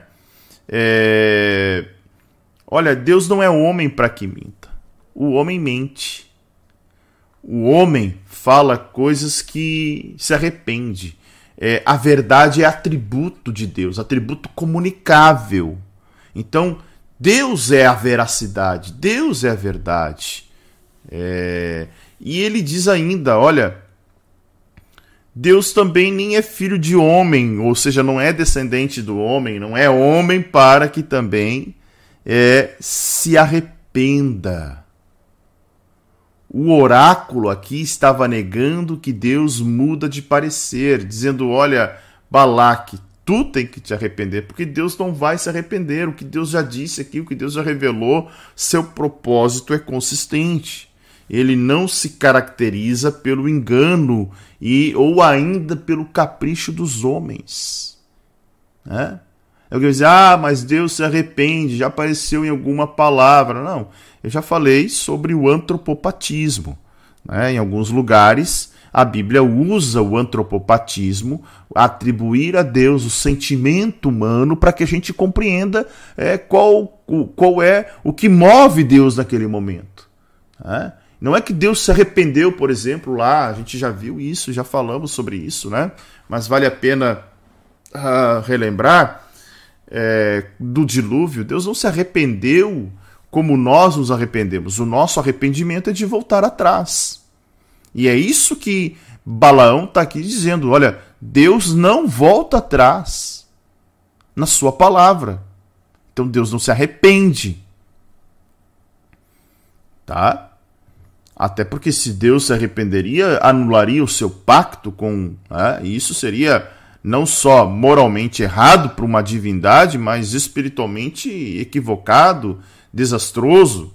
É... Olha, Deus não é homem para que minta. O homem mente. O homem fala coisas que se arrepende. é, a verdade é atributo de Deus, atributo comunicável. Então, Deus é a veracidade, Deus é a verdade. É, e ele diz ainda, olha, Deus também nem é filho de homem, ou seja, não é descendente do homem, não é homem para que também é, se arrependa. O oráculo aqui estava negando que Deus muda de parecer, dizendo, olha, Balaque, tu tem que te arrepender, porque Deus não vai se arrepender. O que Deus já disse aqui, o que Deus já revelou, seu propósito é consistente. Ele não se caracteriza pelo engano e, ou ainda pelo capricho dos homens. Né? Eu quero dizer, ah, mas Deus se arrepende, já apareceu em alguma palavra. Não, eu já falei sobre o antropopatismo. Né? Em alguns lugares, a Bíblia usa o antropopatismo, atribuir a Deus o sentimento humano para que a gente compreenda é, qual, qual é o que move Deus naquele momento. Né? Não é que Deus se arrependeu, por exemplo, lá, a gente já viu isso, já falamos sobre isso, né? Mas vale a pena uh, relembrar, é, do dilúvio, Deus não se arrependeu como nós nos arrependemos. O nosso arrependimento é de voltar atrás. E é isso que Balaão está aqui dizendo, olha, Deus não volta atrás na sua palavra. Então Deus não se arrepende. Tá? Até porque se Deus se arrependeria, anularia o seu pacto com... Né? E isso seria não só moralmente errado para uma divindade, mas espiritualmente equivocado, desastroso.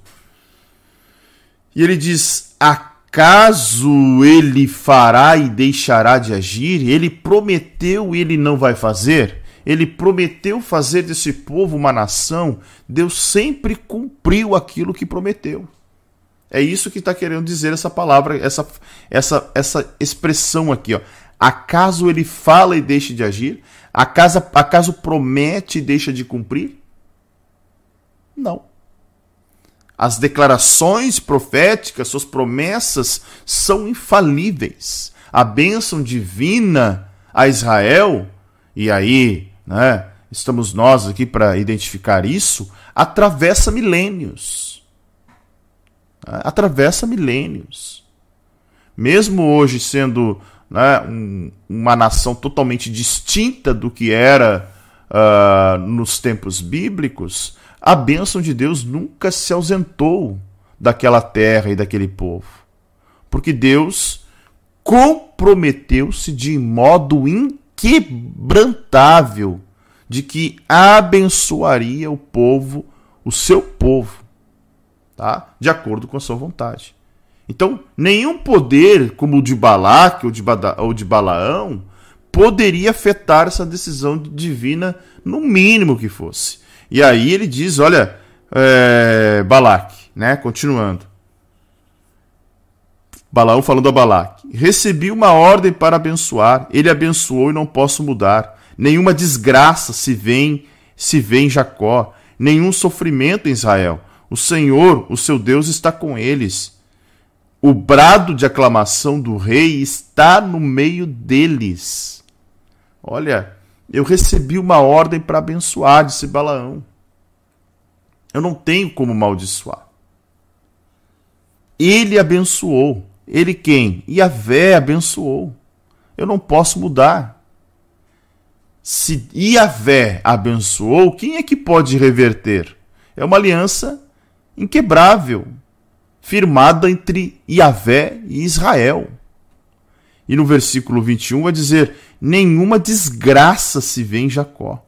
E ele diz, acaso ele fará e deixará de agir? Ele prometeu e ele não vai fazer? Ele prometeu fazer desse povo uma nação? Deus sempre cumpriu aquilo que prometeu. É isso que está querendo dizer essa palavra, essa, essa, essa expressão aqui. Ó. Acaso ele fala e deixa de agir? Acaso, acaso promete e deixa de cumprir? Não. As declarações proféticas, suas promessas são infalíveis. A bênção divina a Israel, e aí, né, estamos nós aqui para identificar isso, atravessa milênios. Atravessa milênios. Mesmo hoje sendo, né, um, uma nação totalmente distinta do que era uh, nos tempos bíblicos, a bênção de Deus nunca se ausentou daquela terra e daquele povo. Porque Deus comprometeu-se de modo inquebrantável de que abençoaria o povo, o seu povo. Tá? De acordo com a sua vontade. Então, nenhum poder como o de Balaque ou de, Bada, ou de Balaão poderia afetar essa decisão divina, no mínimo que fosse. E aí ele diz, olha, é, Balaque, né? Continuando. Balaão falando a Balaque. Recebi uma ordem para abençoar, ele abençoou e não posso mudar. Nenhuma desgraça se vê, se vê em Jacó, nenhum sofrimento em Israel. O Senhor, o seu Deus, está com eles. O brado de aclamação do rei está no meio deles. Olha, eu recebi uma ordem para abençoar, disse Balaão. Eu não tenho como amaldiçoar. Ele abençoou. Ele quem? Yahvé abençoou. Eu não posso mudar. Se Yahvé abençoou, quem é que pode reverter? É uma aliança inquebrável, firmada entre Yahvé e Israel. E no versículo vinte e um vai dizer, nenhuma desgraça se vê em Jacó.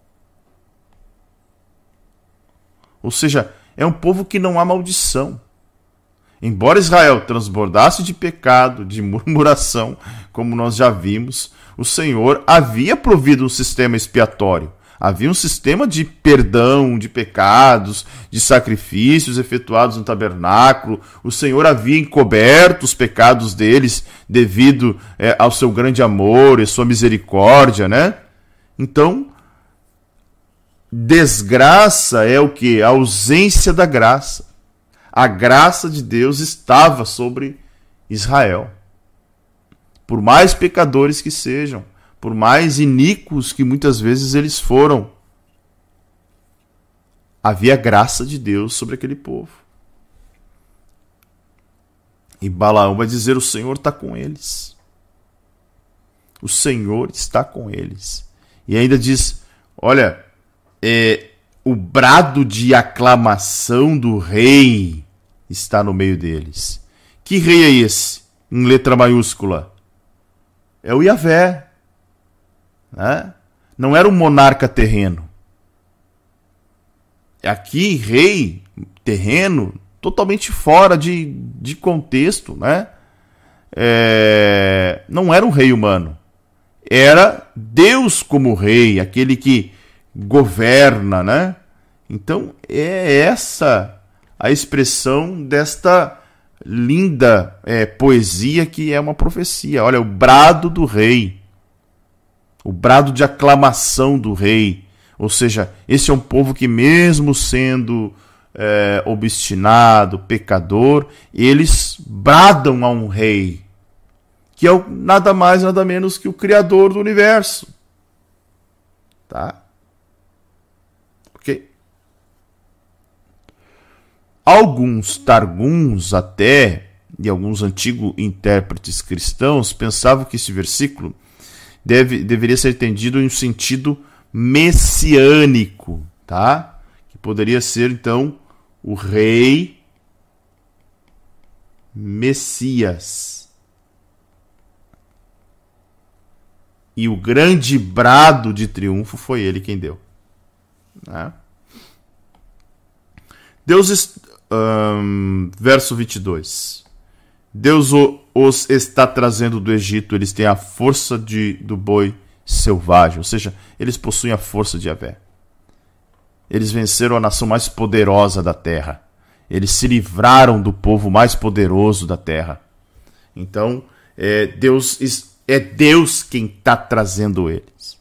Ou seja, é um povo que não há maldição. Embora Israel transbordasse de pecado, de murmuração, como nós já vimos, o Senhor havia provido um sistema expiatório. Havia um sistema de perdão de pecados, de sacrifícios efetuados no tabernáculo. O Senhor havia encoberto os pecados deles devido é, ao seu grande amor e sua misericórdia, né? Então, desgraça é o quê? A ausência da graça. A graça de Deus estava sobre Israel. Por mais pecadores que sejam, por mais iníquos que muitas vezes eles foram, havia graça de Deus sobre aquele povo. E Balaão vai dizer: o Senhor está com eles. O Senhor está com eles. E ainda diz: olha, é, o brado de aclamação do rei está no meio deles. Que rei é esse? Em letra maiúscula. É o Yahvé. Né? Não era um monarca terreno. Aqui, rei terreno, totalmente fora de, de contexto, né? É, não era um rei humano. Era Deus como rei, aquele que governa, né? Então, é essa a expressão desta linda é, poesia que é uma profecia. Olha, o brado do rei. O brado de aclamação do rei. Ou seja, esse é um povo que, mesmo sendo é, obstinado, pecador, eles bradam a um rei, que é o, nada mais, nada menos que o Criador do universo. Tá? Ok? Alguns targuns até, e alguns antigos intérpretes cristãos, pensavam que esse versículo deve, deveria ser entendido em um sentido messiânico, tá? Que poderia ser, então, o rei Messias. E o grande brado de triunfo foi ele quem deu. Né? Deus, um, verso vinte e dois. Deus os está trazendo do Egito, eles têm a força de, do boi selvagem, ou seja, eles possuem a força de Yahvé. Eles venceram a nação mais poderosa da terra. Eles se livraram do povo mais poderoso da terra. Então, é Deus, é Deus quem está trazendo eles.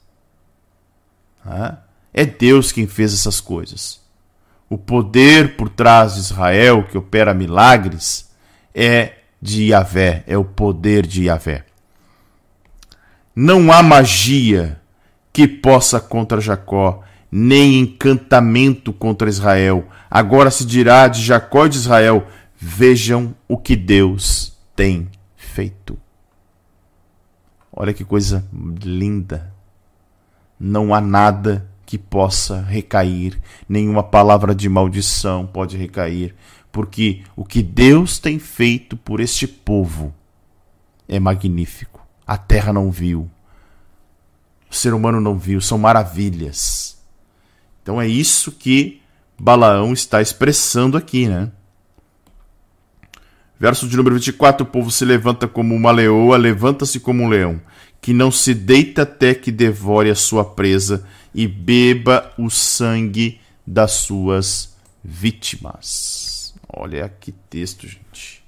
É Deus quem fez essas coisas. O poder por trás de Israel, que opera milagres, é de Yahvé, é o poder de Yahvé. Não há magia que possa contra Jacó, nem encantamento contra Israel. Agora se dirá de Jacó e de Israel: vejam o que Deus tem feito. Olha que coisa linda. Não há nada que possa recair, nenhuma palavra de maldição pode recair, porque o que Deus tem feito por este povo é magnífico. A terra não viu, o ser humano não viu, são maravilhas. Então é isso que Balaão está expressando aqui, né? Verso de número vinte e quatro: o povo se levanta como uma leoa, levanta-se como um leão, que não se deita até que devore a sua presa e beba o sangue das suas vítimas. Olha que texto, gente.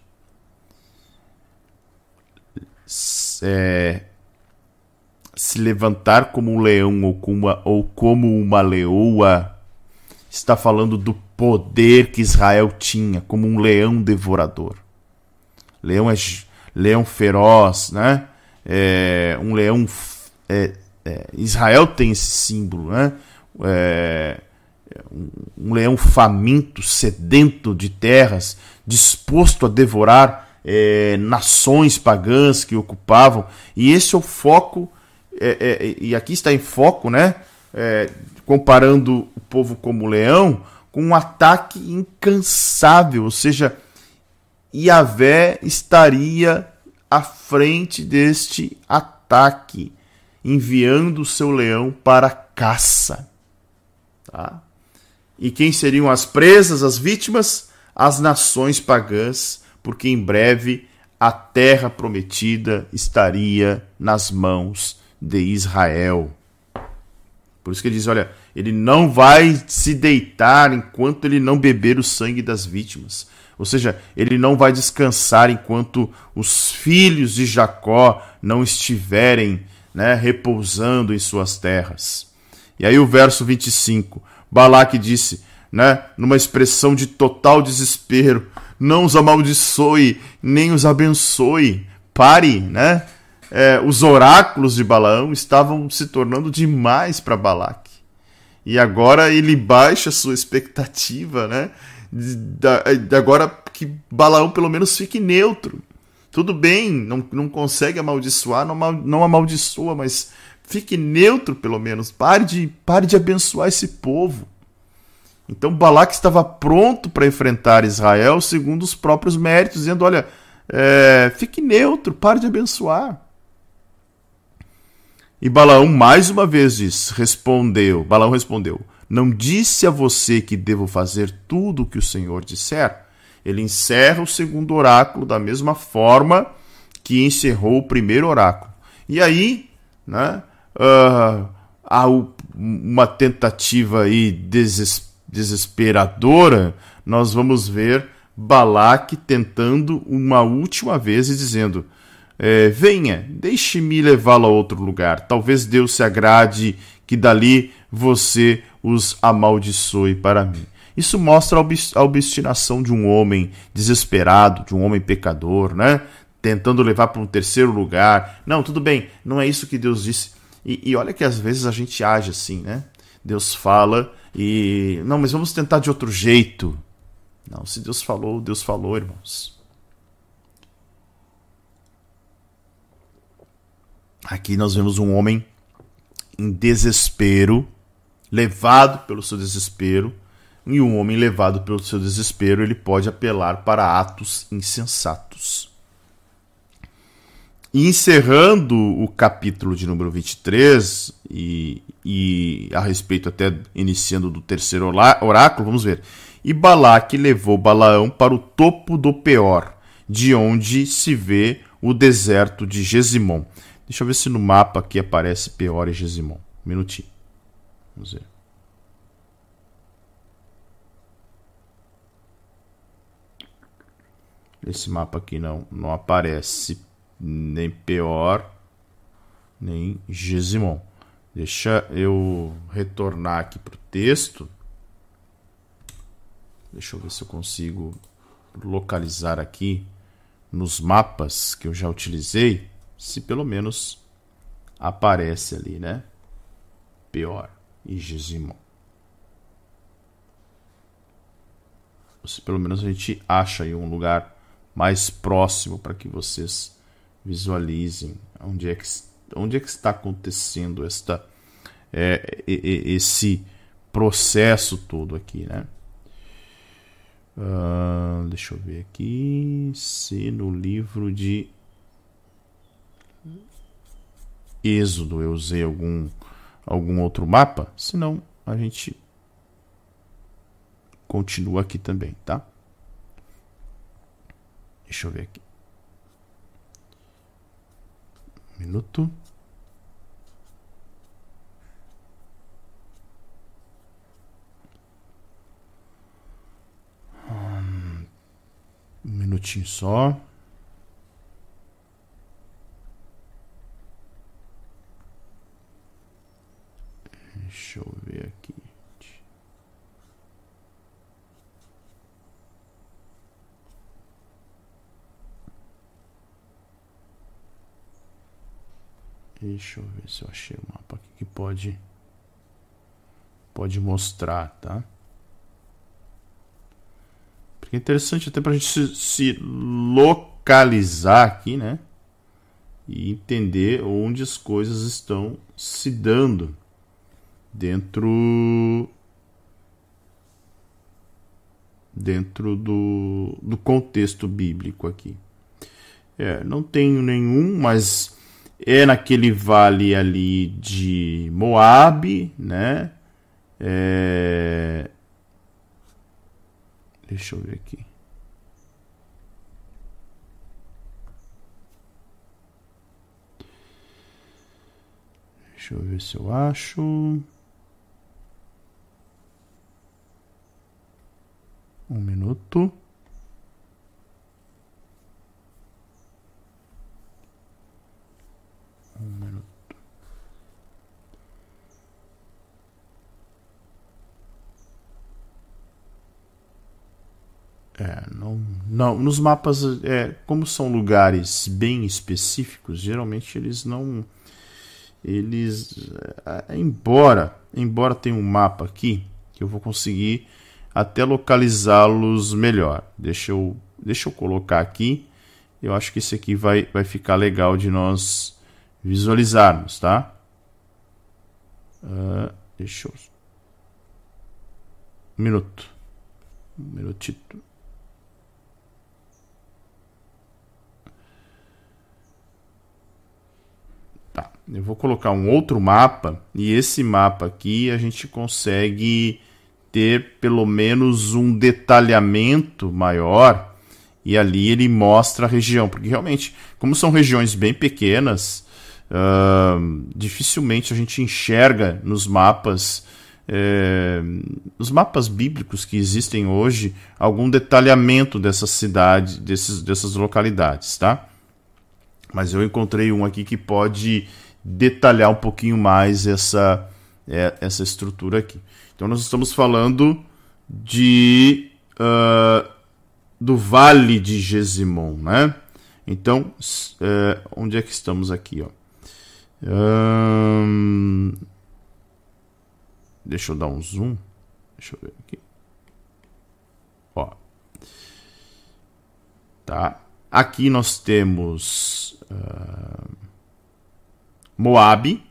É, se levantar como um leão ou como, uma, ou como uma leoa está falando do poder que Israel tinha como um leão devorador. Leão é leão feroz, né? É, um leão é, é, Israel tem esse símbolo, né? É, um, um leão faminto, sedento de terras, disposto a devorar É, nações pagãs que ocupavam, e esse é o foco, é, é, e aqui está em foco, né? É, comparando o povo como leão com um ataque incansável, ou seja, Yahvé estaria à frente deste ataque, enviando o seu leão para a caça. Tá? E quem seriam as presas, as vítimas? As nações pagãs, porque em breve a terra prometida estaria nas mãos de Israel. Por isso que ele diz, olha, ele não vai se deitar enquanto ele não beber o sangue das vítimas. Ou seja, ele não vai descansar enquanto os filhos de Jacó não estiverem, né, repousando em suas terras. E aí o verso vinte e cinco, Balaque disse, né, numa expressão de total desespero: não os amaldiçoe, nem os abençoe. Pare, né? é, os oráculos de Balaão estavam se tornando demais para Balaque. E agora ele baixa a sua expectativa, né? De, de, de agora que Balaão pelo menos fique neutro. Tudo bem, não, não consegue amaldiçoar, não, não amaldiçoa, mas fique neutro pelo menos. Pare de, pare de abençoar esse povo. Então Balaque estava pronto para enfrentar Israel segundo os próprios méritos, dizendo, olha, é, fique neutro, pare de abençoar. E Balaão mais uma vez diz, respondeu, Balaão respondeu, não disse a você que devo fazer tudo o que o Senhor disser? Ele encerra o segundo oráculo da mesma forma que encerrou o primeiro oráculo. E aí, né, uh, há uma tentativa aí deses, desesperadora, nós vamos ver Balaque tentando uma última vez e dizendo, é, venha, deixe-me levá-lo a outro lugar. Talvez Deus se agrade que dali você os amaldiçoe para mim. Isso mostra a obstinação de um homem desesperado, de um homem pecador, né? Tentando levar para um terceiro lugar. Não, tudo bem, não é isso que Deus disse. E, e olha que às vezes a gente age assim, né? Deus fala e... Não, mas vamos tentar de outro jeito. Não, se Deus falou, Deus falou, irmãos. Aqui nós vemos um homem em desespero, levado pelo seu desespero, e um homem levado pelo seu desespero, ele pode apelar para atos insensatos. E encerrando o capítulo de número vinte e três, e, e a respeito até iniciando do terceiro oráculo, vamos ver. E Balaque levou Balaão para o topo do Peor, de onde se vê o deserto de Gesimon. Deixa eu ver se no mapa aqui aparece Peor e Gesimon. Um minutinho. Vamos ver. Esse mapa aqui não, não aparece nem Peor, nem Gesimon. Deixa eu retornar aqui para o texto. Deixa eu ver se eu consigo localizar aqui nos mapas que eu já utilizei, se pelo menos aparece ali, né? Peor e Gesimon. Se pelo menos a gente acha aí um lugar mais próximo para que vocês visualizem onde é que, onde é que está acontecendo esta, é, esse processo todo aqui, né? Uh, deixa eu ver aqui se no livro de Êxodo eu usei algum, algum outro mapa, senão a gente continua aqui também, tá? Deixa eu ver aqui. Um minuto. Um minutinho só. Deixa eu ver aqui. Deixa eu ver se eu achei um mapa aqui que pode, pode mostrar, tá? Porque é interessante até para a gente se, se localizar aqui, né? E entender onde as coisas estão se dando dentro, dentro do, do contexto bíblico aqui. É, não tenho nenhum, mas... É naquele vale ali de Moabe, né? É... Deixa eu ver aqui. Deixa eu ver se eu acho. Um minuto. Um minuto. É, não, não, nos mapas, é, como são lugares bem específicos, geralmente eles não, eles, é, embora, embora tenha um mapa aqui, que eu vou conseguir até localizá-los melhor. Deixa eu, deixa eu colocar aqui, eu acho que esse aqui vai, vai ficar legal de nós visualizarmos, tá? Uh, deixa eu... Um minuto. Um minutito. Tá, eu vou colocar um outro mapa, e esse mapa aqui a gente consegue ter pelo menos um detalhamento maior, e ali ele mostra a região, porque realmente, como são regiões bem pequenas, uh, dificilmente a gente enxerga nos mapas, é, nos mapas bíblicos que existem hoje, algum detalhamento dessa cidade, desses, dessas localidades, tá? Mas eu encontrei um aqui que pode detalhar um pouquinho mais essa, é, essa estrutura aqui. Então nós estamos falando de, uh, do Vale de Gesimon, né? Então, uh, onde é que estamos aqui? Ó? Um, deixa eu dar um zoom. Deixa eu ver aqui. Ó. Tá. Aqui nós temos uh, Moabe,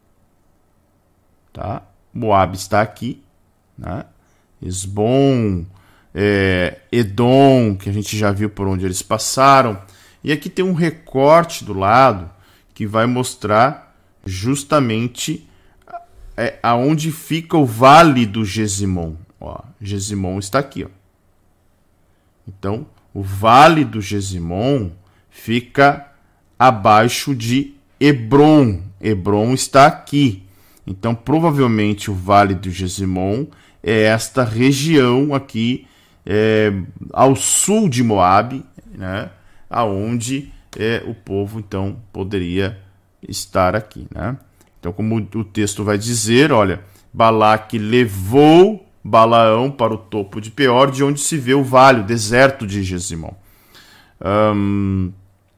tá? Moabe está aqui, né? Esbom, é, Edom, que a gente já viu por onde eles passaram. E aqui tem um recorte do lado que vai mostrar justamente é, aonde fica o Vale do Gesimon. Ó, Gesimon está aqui, ó. Então, o Vale do Gesimon fica abaixo de Hebron. Hebron está aqui. Então, provavelmente, o Vale do Gesimon é esta região aqui, é, ao sul de Moabe, né, aonde é, o povo, então, poderia estar aqui, né? Então, como o texto vai dizer, olha, Balaque levou Balaão para o topo de Peor, de onde se vê o vale, o deserto de Gesimon. Um,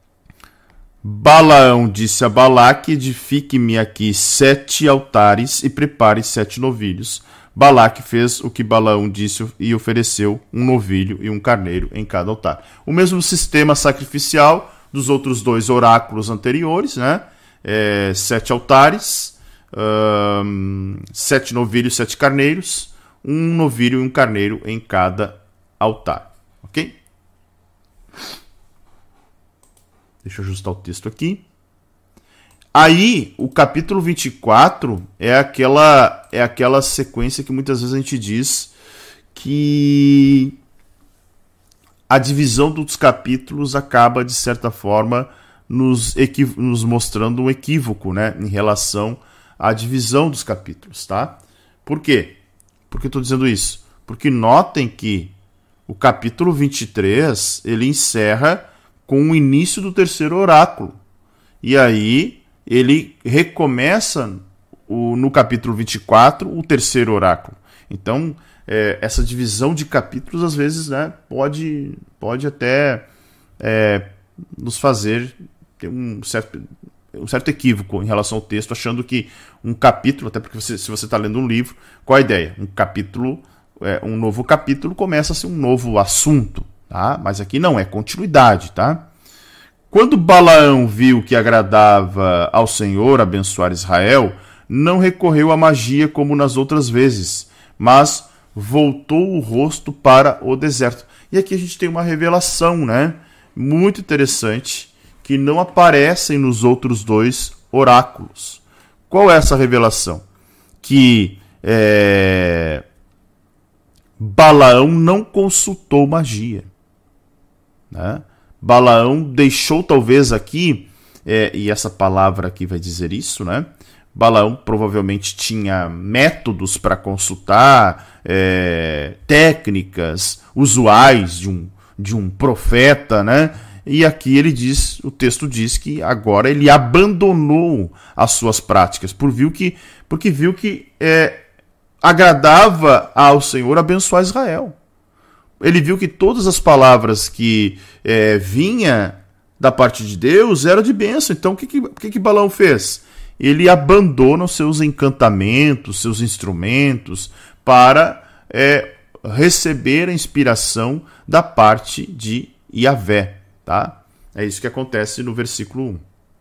Balaão disse a Balaque: edifique-me aqui sete altares e prepare sete novilhos. Balaque fez o que Balaão disse e ofereceu um novilho e um carneiro em cada altar. O mesmo sistema sacrificial dos outros dois oráculos anteriores, né? É, sete altares, um, sete novilhos, sete carneiros, um novilho e um carneiro em cada altar. Ok? Deixa eu ajustar o texto aqui. Aí, o capítulo vinte e quatro é aquela, é aquela sequência que muitas vezes a gente diz que a divisão dos capítulos acaba, de certa forma, nos, nos mostrando um equívoco, né, em relação à divisão dos capítulos. Tá? Por quê? Por que eu estou dizendo isso? Porque notem que o capítulo vinte e três ele encerra com o início do terceiro oráculo. E aí ele recomeça o, no capítulo vinte e quatro o terceiro oráculo. Então, é, essa divisão de capítulos, às vezes, né, pode, pode até é, nos fazer ter um certo, um certo equívoco em relação ao texto, achando que um capítulo, até porque você, se você está lendo um livro, qual a ideia? Um capítulo, é, um novo capítulo começa a ser um novo assunto. Tá? Mas aqui não, é continuidade, tá? Quando Balaão viu que agradava ao Senhor abençoar Israel, não recorreu à magia como nas outras vezes, mas voltou o rosto para o deserto. E aqui a gente tem uma revelação, né? Muito interessante, que não aparecem nos outros dois oráculos. Qual é essa revelação? Que é... Balaão não consultou magia. Né? Balaão deixou talvez aqui, é, e essa palavra aqui vai dizer isso, né? Balaão provavelmente tinha métodos para consultar, é, técnicas usuais de um, de um profeta, né? E aqui ele diz, o texto diz que agora ele abandonou as suas práticas, por viu que, porque viu que é, agradava ao Senhor abençoar Israel. ele viu que todas as palavras que é, vinha da parte de Deus eram de bênção. Então, o que, que, que, que Balaão fez? Ele abandona os seus encantamentos, seus instrumentos, para é, receber a inspiração da parte de Yahvé. Tá? É isso que acontece no versículo um.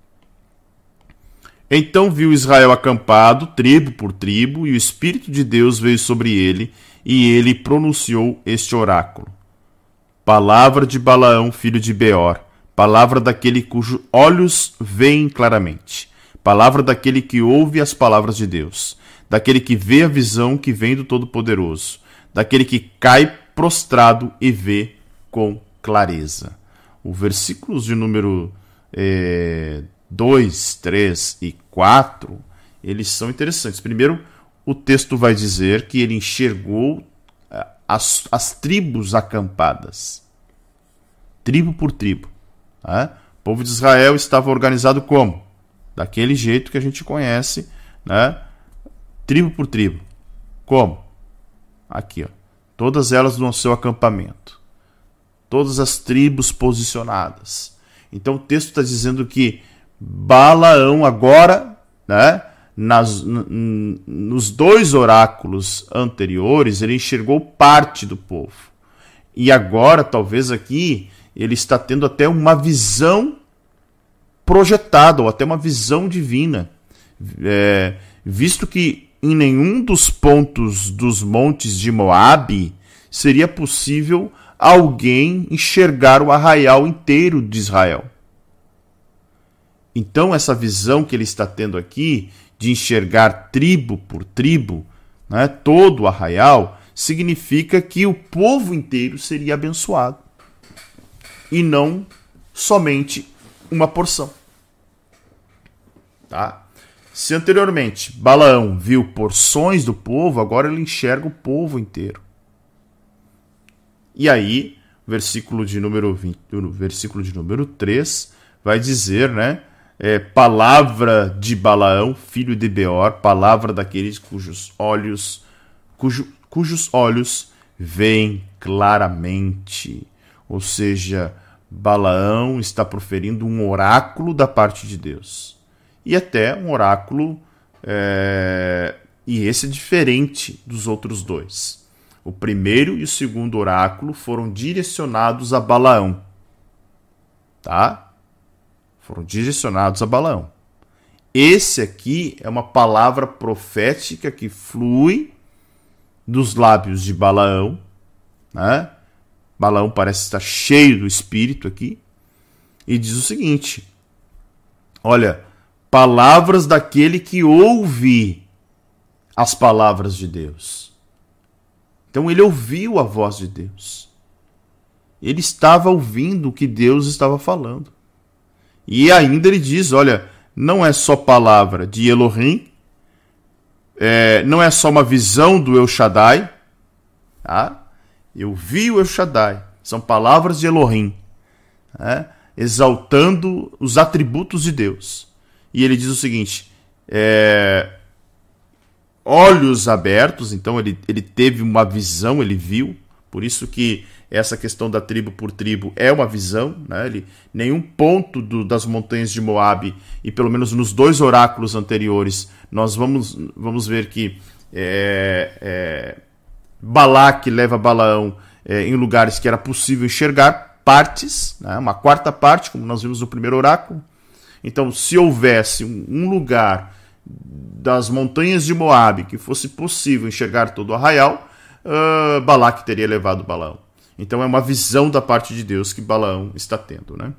Então viu Israel acampado, tribo por tribo, e o Espírito de Deus veio sobre ele, e ele pronunciou este oráculo. Palavra de Balaão, filho de Beor, palavra daquele cujos olhos veem claramente, palavra daquele que ouve as palavras de Deus, daquele que vê a visão que vem do Todo-Poderoso, daquele que cai prostrado e vê com clareza. Os versículos de número é, dois, três e quatro, eles são interessantes. Primeiro, o texto vai dizer que ele enxergou as, as tribos acampadas, tribo por tribo. Né? O povo de Israel estava organizado como? Daquele jeito que a gente conhece, né? Tribo por tribo. Como? Aqui, ó. Todas elas no seu acampamento. Todas as tribos posicionadas. Então o texto está dizendo que Balaão agora, né, nas, n- nos dois oráculos anteriores, ele enxergou parte do povo. E agora, talvez aqui, ele está tendo até uma visão projetada, ou até uma visão divina. É, visto que em nenhum dos pontos dos montes de Moabe seria possível alguém enxergar o arraial inteiro de Israel. Então, essa visão que ele está tendo aqui, de enxergar tribo por tribo, né, todo o arraial, significa que o povo inteiro seria abençoado. E não somente uma porção. Tá? Se anteriormente Balaão viu porções do povo, agora ele enxerga o povo inteiro. E aí, versículo de número vinte, versículo de número três, vai dizer, né? É, palavra de Balaão, filho de Beor, palavra daqueles cujos olhos, cujo, cujos olhos veem claramente. Ou seja, Balaão está proferindo um oráculo da parte de Deus. E até um oráculo, é, e esse é diferente dos outros dois. O primeiro e o segundo oráculo foram direcionados a Balaão. Tá? Foram direcionados a Balaão. Esse aqui é uma palavra profética que flui dos lábios de Balaão. Né? Balaão parece estar cheio do Espírito aqui. E diz o seguinte: olha, palavras daquele que ouve as palavras de Deus. Então ele ouviu a voz de Deus. Ele estava ouvindo o que Deus estava falando. E ainda ele diz, olha, não é só palavra de Elohim, é, não é só uma visão do El Shaddai. Tá? Eu vi o El Shaddai. São palavras de Elohim, né? Exaltando os atributos de Deus. E ele diz o seguinte, é, olhos abertos, então ele, ele teve uma visão, ele viu, por isso que essa questão da tribo por tribo é uma visão, né? Ele, nenhum ponto do, das montanhas de Moabe, e pelo menos nos dois oráculos anteriores, nós vamos, vamos ver que é, é, Balaque leva Balaão é, em lugares que era possível enxergar partes, né? Uma quarta parte, como nós vimos no primeiro oráculo. Então, se houvesse um lugar das montanhas de Moabe que fosse possível enxergar todo o arraial, uh, Balaque teria levado Balaão. Então, é uma visão da parte de Deus que Balaão está tendo, né?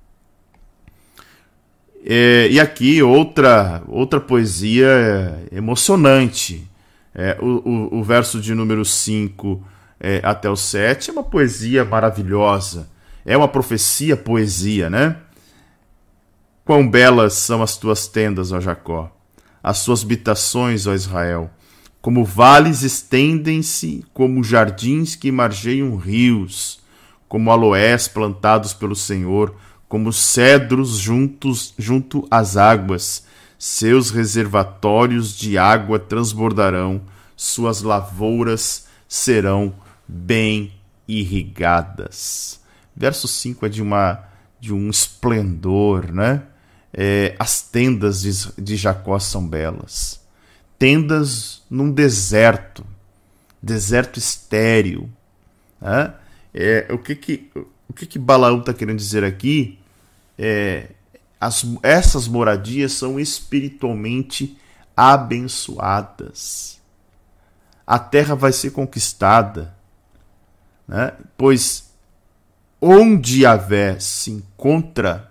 É, e aqui, outra, outra poesia emocionante. É, o, o, o verso de número cinco é, até o sete é uma poesia maravilhosa. É uma profecia, poesia, né? Quão belas são as tuas tendas, ó Jacó, as suas habitações, ó Israel. Como vales estendem-se, como jardins que margeiam rios, como aloés plantados pelo Senhor, como cedros juntos, junto às águas. Seus reservatórios de água transbordarão, suas lavouras serão bem irrigadas. Verso cinco é de, uma, de um esplendor, né? É, as tendas de, de Jacó são belas. Tendas num deserto, deserto estéril. Né? É, o que que, o que, que Balaão está querendo dizer aqui? É, as, essas moradias são espiritualmente abençoadas. A terra vai ser conquistada, né? Pois onde Yahvé se encontra,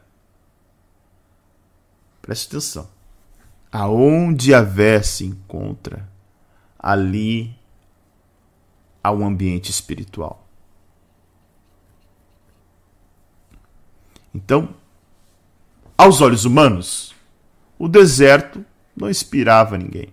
preste atenção, aonde Yahvé se encontra, ali há um ambiente espiritual. Então, aos olhos humanos, o deserto não inspirava ninguém.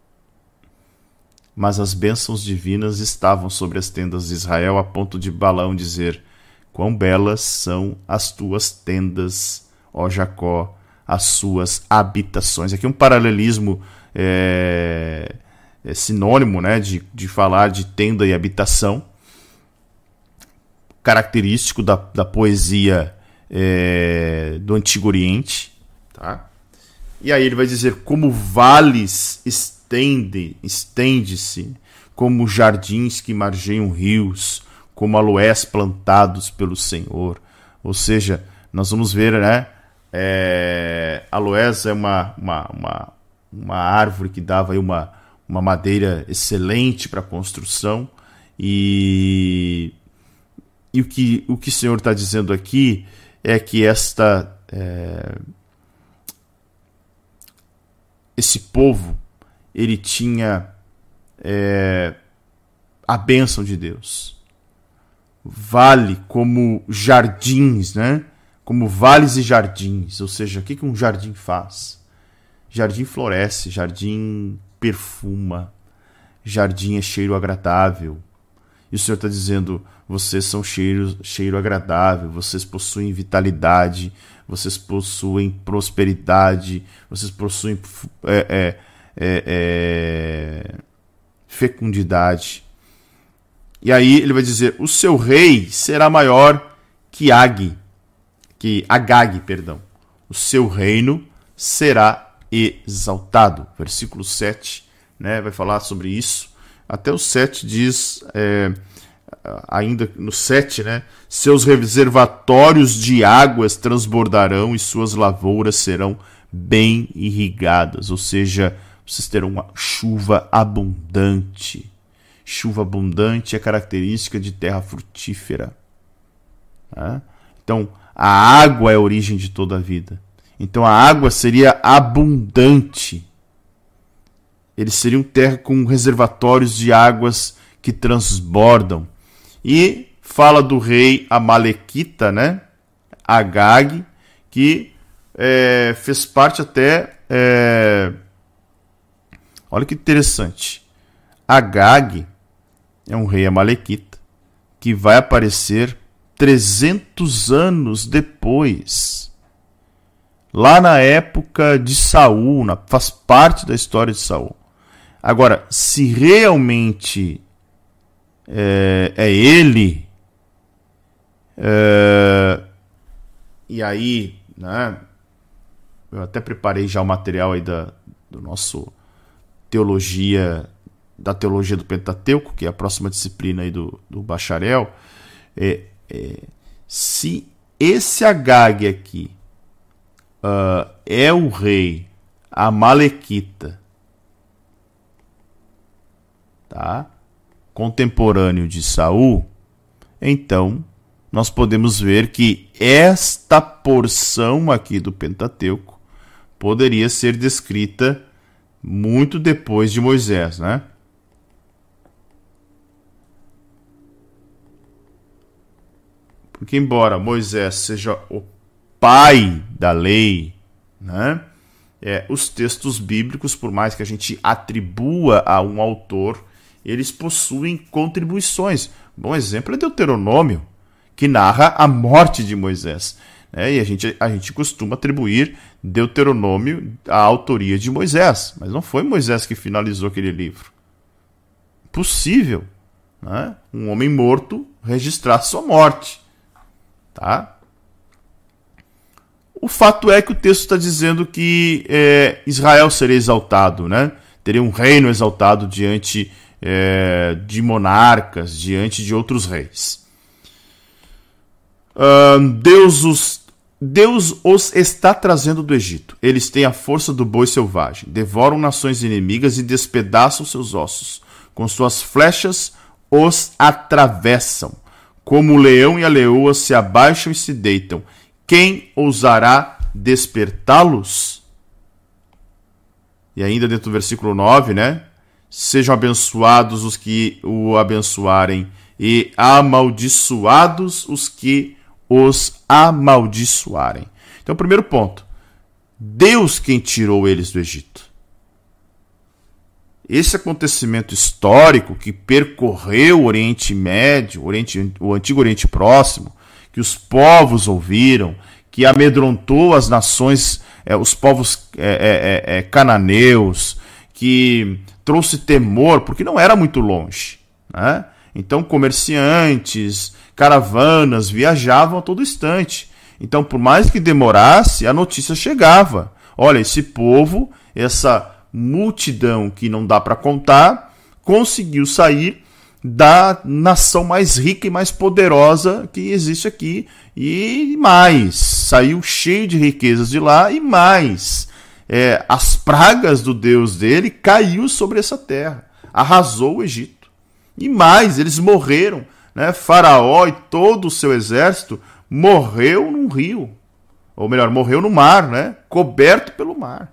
Mas as bênçãos divinas estavam sobre as tendas de Israel, a ponto de Balaão dizer: quão belas são as tuas tendas, ó Jacó, as suas habitações. Aqui um paralelismo é, é sinônimo, né, de, de falar de tenda e habitação, característico da, da poesia é, do Antigo Oriente. Tá? E aí ele vai dizer: como vales estende, estende-se, como jardins que margeiam rios, como aloés plantados pelo Senhor. Ou seja, nós vamos ver, né? É, aloés é uma, uma, uma, uma árvore que dava aí uma, uma madeira excelente para construção. E, e o, que, o que o Senhor está dizendo aqui é que esta, é, esse povo, ele tinha é, a bênção de Deus. Vale como jardins, né? Como vales e jardins. Ou seja, o que um jardim faz? Jardim floresce, jardim perfuma, jardim é cheiro agradável. E o Senhor está dizendo: vocês são cheiro, cheiro agradável, vocês possuem vitalidade, vocês possuem prosperidade, vocês possuem é, é, é, é, fecundidade. E aí ele vai dizer: o seu rei será maior que Ag, que Agag, perdão. O seu reino será exaltado. Versículo sete, né, vai falar sobre isso. Até o sete diz, é, ainda no sete, né, seus reservatórios de águas transbordarão e suas lavouras serão bem irrigadas. Ou seja, vocês terão uma chuva abundante. Chuva abundante é característica de terra frutífera. Tá? Então, a água é a origem de toda a vida. Então, a água seria abundante. Eles seriam terra com reservatórios de águas que transbordam. E fala do rei Amalequita, né? Agag, que é, fez parte até... É... Olha que interessante. Agag é um rei amalequita que vai aparecer trezentos anos depois, lá na época de Saul, na, faz parte da história de Saul. Agora, se realmente é, é ele, é, e aí, né, eu até preparei já o material aí da, do nosso teologia, da teologia do Pentateuco, que é a próxima disciplina aí do, do bacharel. É, é, se esse Agag aqui uh, é o rei amalequita, tá? Contemporâneo de Saul, então nós podemos ver que esta porção aqui do Pentateuco poderia ser descrita muito depois de Moisés, né? Porque embora Moisés seja o pai da lei, né, é, os textos bíblicos, por mais que a gente atribua a um autor, eles possuem contribuições. Bom exemplo é Deuteronômio, que narra a morte de Moisés. Né, e a gente, a gente costuma atribuir Deuteronômio à autoria de Moisés, mas não foi Moisés que finalizou aquele livro. Possível. né? Um homem morto registrar sua morte. Tá? O fato é que o texto está dizendo que é, Israel seria exaltado, né? Teria um reino exaltado diante é, de monarcas, diante de outros reis. Uh, Deus, os, Deus os está trazendo do Egito. Eles têm a força do boi selvagem, devoram nações inimigas e despedaçam seus ossos. Com suas flechas os atravessam. Como o leão e a leoa se abaixam e se deitam. Quem ousará despertá-los? E ainda dentro do versículo nove, né? Sejam abençoados os que o abençoarem e amaldiçoados os que os amaldiçoarem. Então, primeiro ponto. Deus quem tirou eles do Egito. Esse acontecimento histórico que percorreu o Oriente Médio, o, Oriente, o antigo Oriente Próximo, que os povos ouviram, que amedrontou as nações, é, os povos é, é, é, cananeus, que trouxe temor, porque não era muito longe, né? Então comerciantes, caravanas viajavam a todo instante. Então, por mais que demorasse, a notícia chegava. Olha, esse povo, essa multidão que não dá para contar, conseguiu sair da nação mais rica e mais poderosa que existe aqui. E mais, saiu cheio de riquezas de lá e mais. É, as pragas do Deus dele caiu sobre essa terra, arrasou o Egito. E mais, eles morreram, né? Faraó e todo o seu exército morreu num rio, ou melhor, morreu no mar, né? Coberto pelo mar.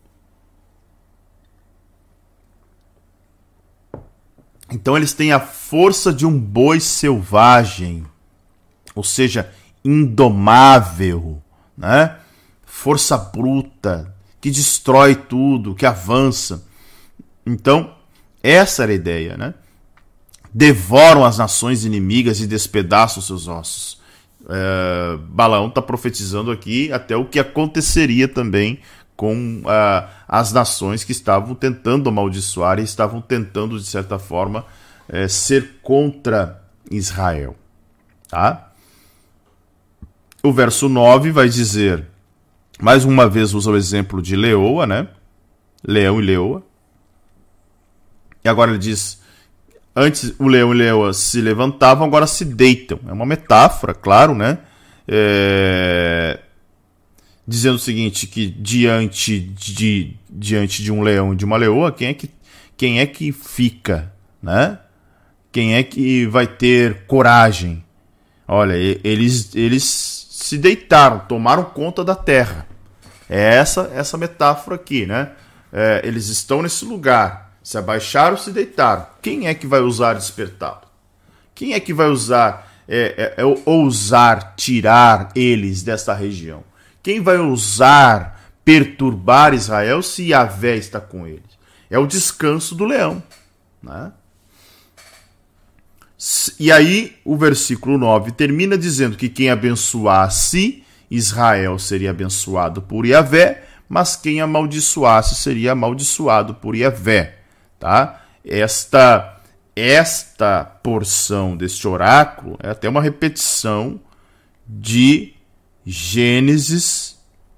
Então eles têm a força de um boi selvagem, ou seja, indomável, né? Força bruta, que destrói tudo, que avança. Então, essa era a ideia, né? Devoram as nações inimigas e despedaçam seus ossos. É, Balaão está profetizando aqui até o que aconteceria também com uh, as nações que estavam tentando amaldiçoar e estavam tentando, de certa forma, uh, ser contra Israel. Tá? O verso nove vai dizer, mais uma vez usa o exemplo de leoa, né? Leão e leoa. E agora ele diz, antes o leão e a leoa se levantavam, agora se deitam. É uma metáfora, claro, né? É... Dizendo o seguinte, que diante de, diante de um leão e de uma leoa, quem é que, quem é que fica, né? Quem é que vai ter coragem? Olha, eles, eles se deitaram, tomaram conta da terra. É essa, essa metáfora aqui, né? É, eles estão nesse lugar, se abaixaram, se deitaram. Quem é que vai ousar despertá-lo? Quem é que vai usar, é, é, é, ousar tirar eles dessa região? Quem vai ousar perturbar Israel se Yahvé está com eles? É o descanso do leão, né? E aí o versículo nove termina dizendo que quem abençoasse Israel seria abençoado por Yahvé, mas quem amaldiçoasse seria amaldiçoado por Yahvé. Tá? Esta, esta porção deste oráculo é até uma repetição de Gênesis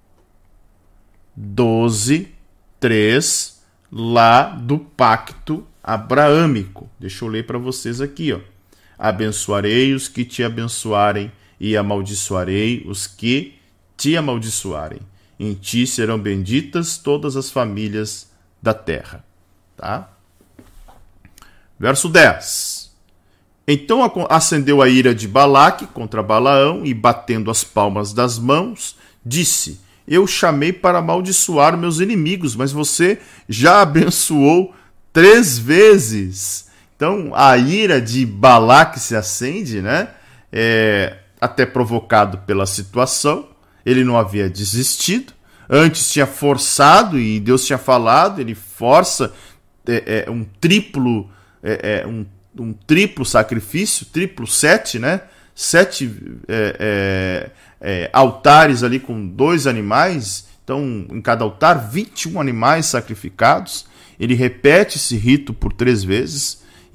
doze, três, lá do pacto abraâmico. Deixa eu ler para vocês aqui. Ó. Abençoarei os que te abençoarem e amaldiçoarei os que te amaldiçoarem. Em ti serão benditas todas as famílias da terra. Tá? Verso dez. Então acendeu a ira de Balaque contra Balaão e, batendo as palmas das mãos, disse, eu chamei para amaldiçoar meus inimigos, mas você já abençoou três vezes. Então a ira de Balaque se acende, né? É, até provocado pela situação. Ele não havia desistido. Antes tinha forçado e Deus tinha falado. Ele força é, é, um triplo é, é, um um triplo sacrifício, triplo sete, né? Sete é, é, é, altares ali com dois animais, então em cada altar, vinte e um animais sacrificados. Ele repete esse rito por três vezes e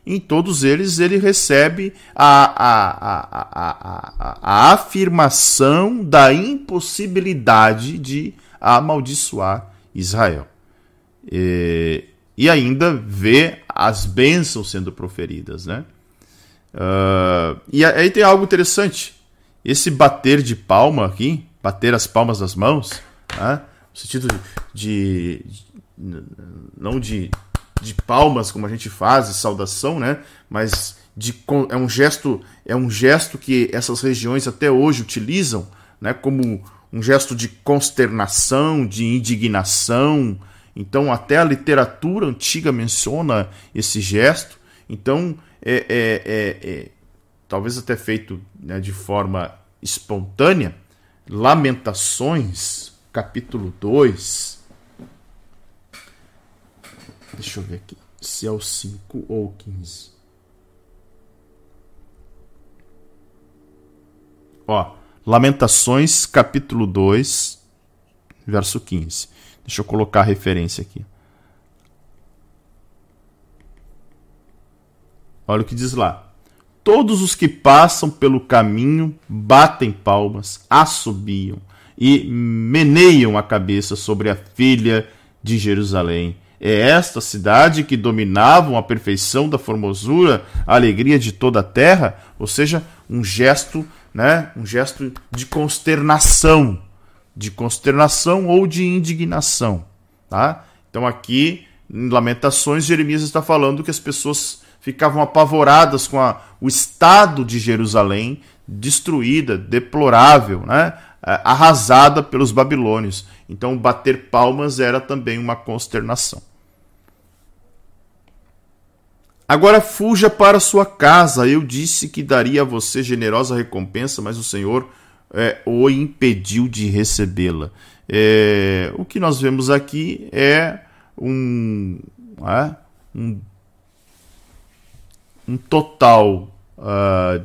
em todos eles ele recebe a, a, a, a, a, a afirmação da impossibilidade de amaldiçoar Israel. E, e ainda vê as bênçãos sendo proferidas, né? Uh, e aí tem algo interessante. Esse bater de palma aqui, bater as palmas das mãos, né? No sentido de, de não de, de palmas como a gente faz, de saudação, né? Mas de, é um gesto, é um gesto que essas regiões até hoje utilizam, né? Como um gesto de consternação, de indignação. Então até a literatura antiga menciona esse gesto. Então é, é, é, é talvez até feito, né, de forma espontânea. Lamentações, capítulo dois. Deixa eu ver aqui se é o cinco ou o quinze. Ó, Lamentações, capítulo dois, verso quinze. Deixa eu colocar a referência aqui. Olha o que diz lá. Todos os que passam pelo caminho batem palmas, assobiam e meneiam a cabeça sobre a filha de Jerusalém. É esta cidade que dominavam a perfeição da formosura, a alegria de toda a terra, ou seja, um gesto, né, um gesto de consternação, de consternação ou de indignação, tá? Então aqui, em Lamentações, Jeremias está falando que as pessoas ficavam apavoradas com a, o estado de Jerusalém destruída, deplorável, né? Arrasada pelos babilônios. Então bater palmas era também uma consternação. Agora fuja para sua casa. Eu disse que daria a você generosa recompensa, mas o Senhor é, o impediu de recebê-la. É, o que nós vemos aqui é um, é, um um total uh,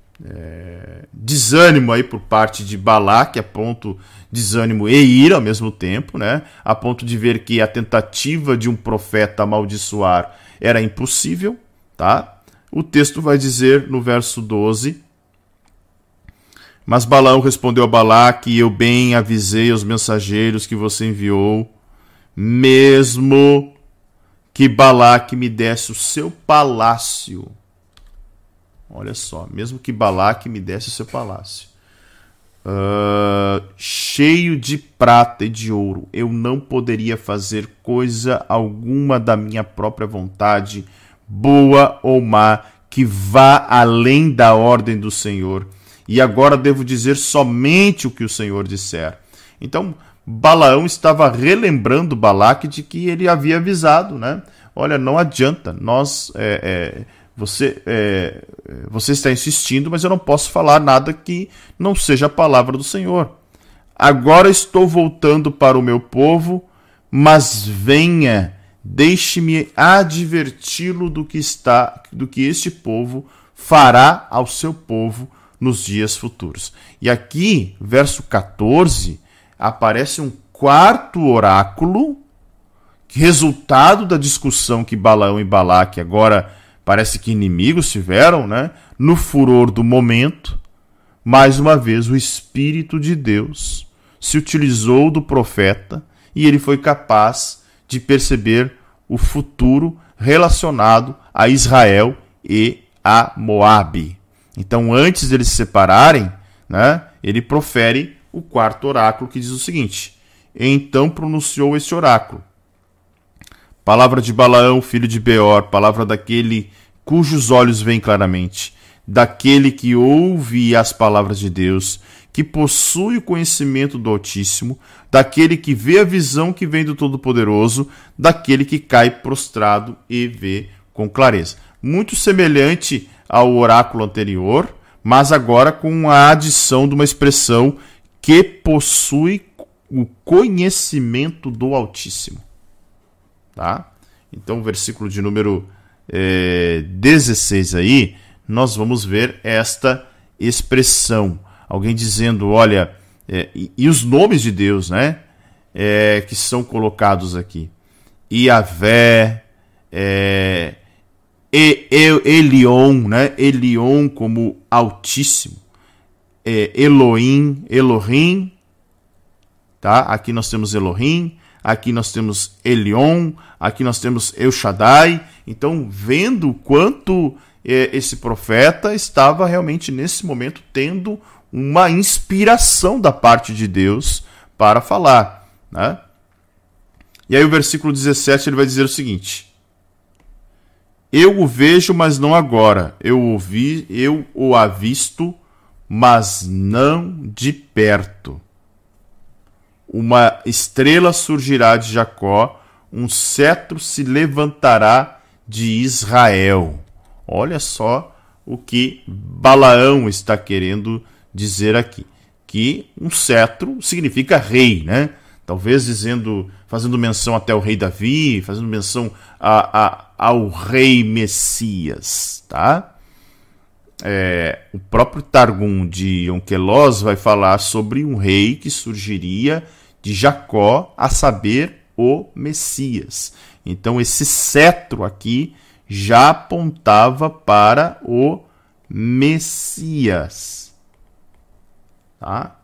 é, desânimo aí por parte de Balaque, a ponto desânimo e ira ao mesmo tempo, né? A ponto de ver que a tentativa de um profeta amaldiçoar era impossível, tá? O texto vai dizer no verso doze: Mas Balaão respondeu a Balaque: Eu bem avisei aos mensageiros que você enviou, mesmo que Balaque me desse o seu palácio. Olha só, mesmo que Balaque me desse o seu palácio. Uh, cheio de prata e de ouro, eu não poderia fazer coisa alguma da minha própria vontade, boa ou má, que vá além da ordem do Senhor. E agora devo dizer somente o que o Senhor disser. Então, Balaão estava relembrando Balaque de que ele havia avisado, né? Olha, não adianta, nós, é, é, você, é, você está insistindo, mas eu não posso falar nada que não seja a palavra do Senhor. Agora estou voltando para o meu povo, mas venha, deixe-me adverti-lo do que está, do que este povo fará ao seu povo nos dias futuros. E aqui, verso quatorze, aparece um quarto oráculo, resultado da discussão que Balaão e Balaque agora parece que inimigos tiveram, né? No furor do momento, mais uma vez o Espírito de Deus se utilizou do profeta e ele foi capaz de perceber o futuro relacionado a Israel e a Moabe. Então, antes deles se separarem, né, ele profere o quarto oráculo que diz o seguinte: Então pronunciou este oráculo. Palavra de Balaão, filho de Beor, palavra daquele cujos olhos veem claramente, daquele que ouve as palavras de Deus, que possui o conhecimento do Altíssimo, daquele que vê a visão que vem do Todo-Poderoso, daquele que cai prostrado e vê com clareza. Muito semelhante ao oráculo anterior, mas agora com a adição de uma expressão que possui o conhecimento do Altíssimo. Tá? Então, versículo de número é, dezesseis aí, nós vamos ver esta expressão. Alguém dizendo, olha, é, e, e os nomes de Deus, né, é, que são colocados aqui. Iavé, é, e Elion, né? Elion como Altíssimo. É, Elohim, Elohim, tá? Aqui nós temos Elohim, aqui nós temos Elion, aqui nós temos El Shaddai. Então, vendo o quanto é, esse profeta estava realmente nesse momento tendo uma inspiração da parte de Deus para falar, né? E aí o versículo dezessete ele vai dizer o seguinte: eu o vejo, mas não agora. Eu o vi, eu o avisto, mas não de perto. Uma estrela surgirá de Jacó, um cetro se levantará de Israel. Olha só o que Balaão está querendo dizer aqui. Que um cetro significa rei, né? Talvez dizendo, fazendo menção até ao rei Davi, fazendo menção a, a, ao rei Messias, tá? É, o próprio Targum de Onkelos vai falar sobre um rei que surgiria de Jacó, a saber, o Messias. Então esse cetro aqui já apontava para o Messias. Tá?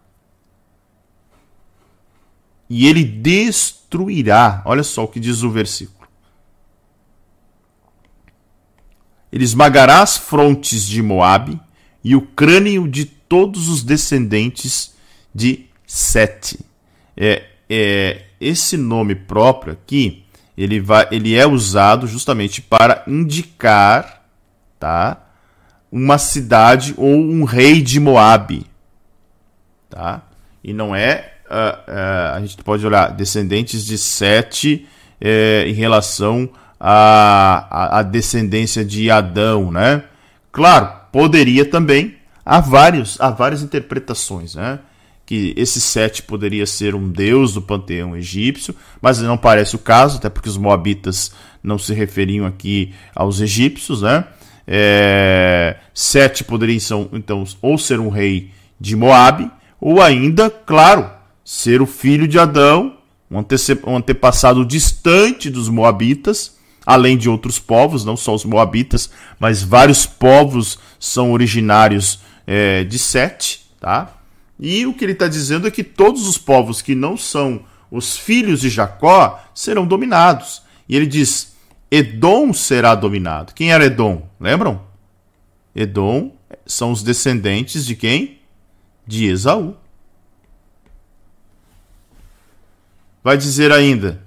E ele destruirá, olha só o que diz o versículo. Ele esmagará as frontes de Moabe e o crânio de todos os descendentes de Sete. É, é, esse nome próprio aqui, ele, vai, ele é usado justamente para indicar, tá, uma cidade ou um rei de Moabe. Tá? E não é, uh, uh, a gente pode olhar, descendentes de Sete uh, em relação a, a, a descendência de Adão, né? Claro, poderia também, há, vários, há várias interpretações, né? Que esse Sete poderia ser um deus do panteão egípcio, mas não parece o caso, até porque os moabitas não se referiam aqui aos egípcios, né? É, Sete poderia então ou ser um rei de Moabe, ou ainda, claro, ser o filho de Adão, um, antece- um antepassado distante dos moabitas, além de outros povos, não só os moabitas, mas vários povos são originários é, de Sete, tá? E o que ele está dizendo é que todos os povos que não são os filhos de Jacó serão dominados. E ele diz, Edom será dominado. Quem era Edom? Lembram? Edom são os descendentes de quem? De Esaú. Vai dizer ainda,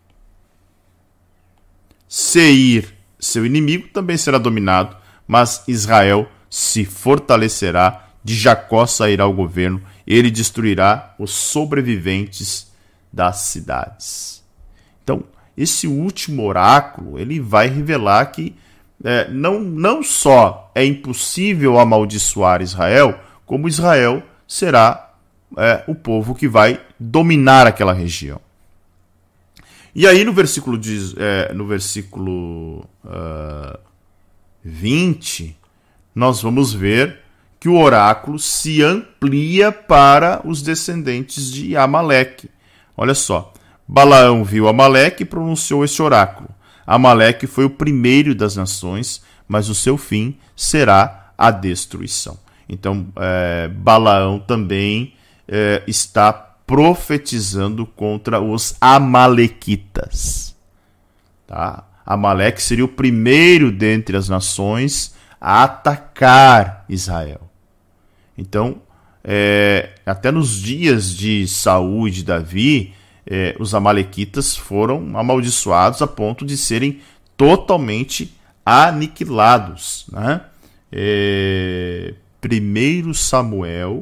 Seir, seu inimigo, também será dominado, mas Israel se fortalecerá, de Jacó sairá o governo, ele destruirá os sobreviventes das cidades. Então, esse último oráculo, ele vai revelar que é, não, não só é impossível amaldiçoar Israel, como Israel será é, o povo que vai dominar aquela região. E aí no versículo, de, é, no versículo uh, vinte, nós vamos ver que o oráculo se amplia para os descendentes de Amaleque. Olha só, Balaão viu Amaleque e pronunciou este oráculo. Amaleque foi o primeiro das nações, mas o seu fim será a destruição. Então, é, Balaão também é, está profetizando contra os amalequitas. Tá? Amaleque seria o primeiro dentre as nações a atacar Israel. Então, é, até nos dias de Saul e de Davi, é, os amalequitas foram amaldiçoados a ponto de serem totalmente aniquilados. Né? É, primeiro Samuel,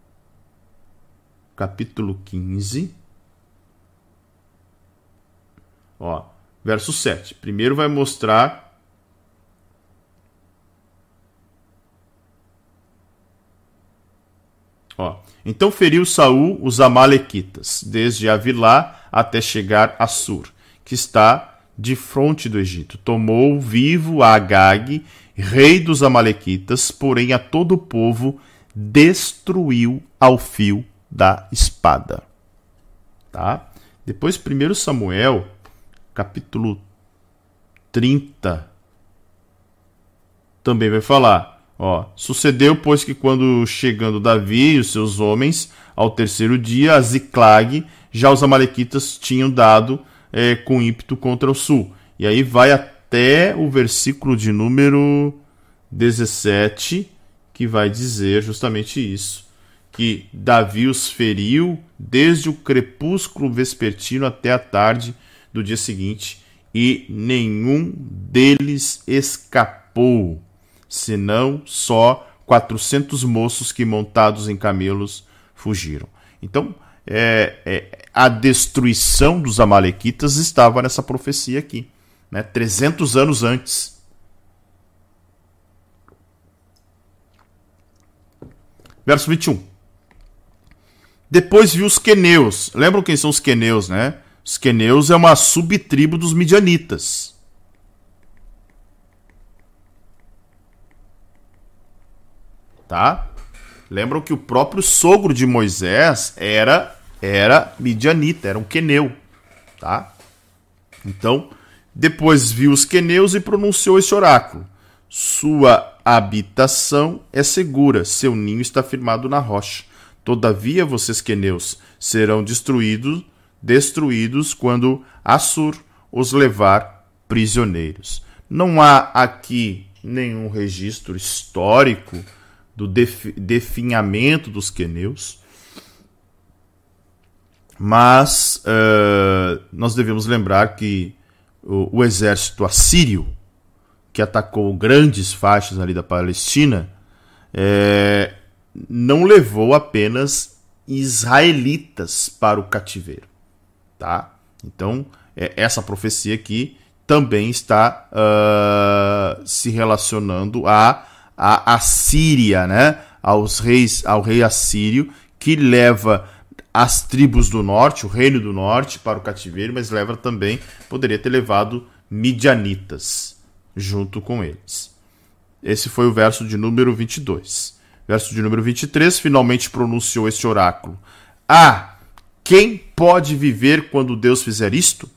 capítulo quinze, ó, verso sete. Primeiro vai mostrar Ó, então feriu Saul os amalequitas, desde Avilá até chegar a Sur, que está de fronte do Egito. Tomou vivo a Agag, rei dos amalequitas, porém a todo o povo destruiu ao fio da espada. Tá? Depois, primeiro Samuel, capítulo trinta. também vai falar, ó, sucedeu, pois que quando chegando Davi e os seus homens ao terceiro dia, a Ziclag, já os amalequitas tinham dado é, com ímpeto contra o sul. E aí vai até o versículo de número dezessete, que vai dizer justamente isso, que Davi os feriu desde o crepúsculo vespertino até a tarde do dia seguinte, e nenhum deles escapou, senão só quatrocentos moços que, montados em camelos, fugiram. Então, é, é, a destruição dos amalequitas estava nessa profecia aqui, né? trezentos anos antes. Verso vinte e um. Depois viu os queneus. Lembram quem são os queneus, né? Os queneus é uma subtribo dos midianitas. Tá? Lembram que o próprio sogro de Moisés era era midianita, era um queneu, tá? Então, depois viu os queneus e pronunciou esse oráculo: sua habitação é segura, seu ninho está firmado na rocha. Todavia, vocês queneus serão destruídos, destruídos quando Assur os levar prisioneiros. Não há aqui nenhum registro histórico do defi- definhamento dos queneus, mas uh, nós devemos lembrar que o, o exército assírio, que atacou grandes faixas ali da Palestina, é, não levou apenas israelitas para o cativeiro, tá? Então, é, essa profecia aqui também está uh, se relacionando a, a, a Síria, né? Aos reis, ao rei assírio, que leva as tribos do norte, o reino do norte, para o cativeiro, mas leva também, poderia ter levado midianitas junto com eles. Esse foi o verso de número vinte e dois. Verso de número vinte e três, finalmente pronunciou este oráculo: ah, quem pode viver quando Deus fizer isto?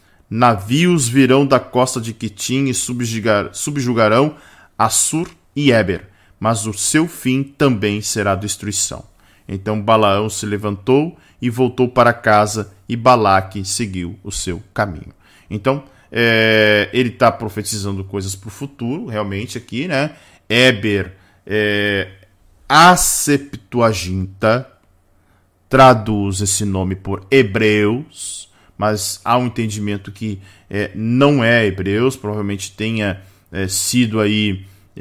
Navios virão da costa de Quitim e subjugar, subjugarão Assur e Éber, mas o seu fim também será destruição. Então Balaão se levantou e voltou para casa, e Balaque seguiu o seu caminho. Então, é, ele está profetizando coisas para o futuro, realmente aqui, né? Éber, é, a Septuaginta traduz esse nome por Hebreus, mas há um entendimento que é, não é Hebreus, provavelmente tenha é, sido aí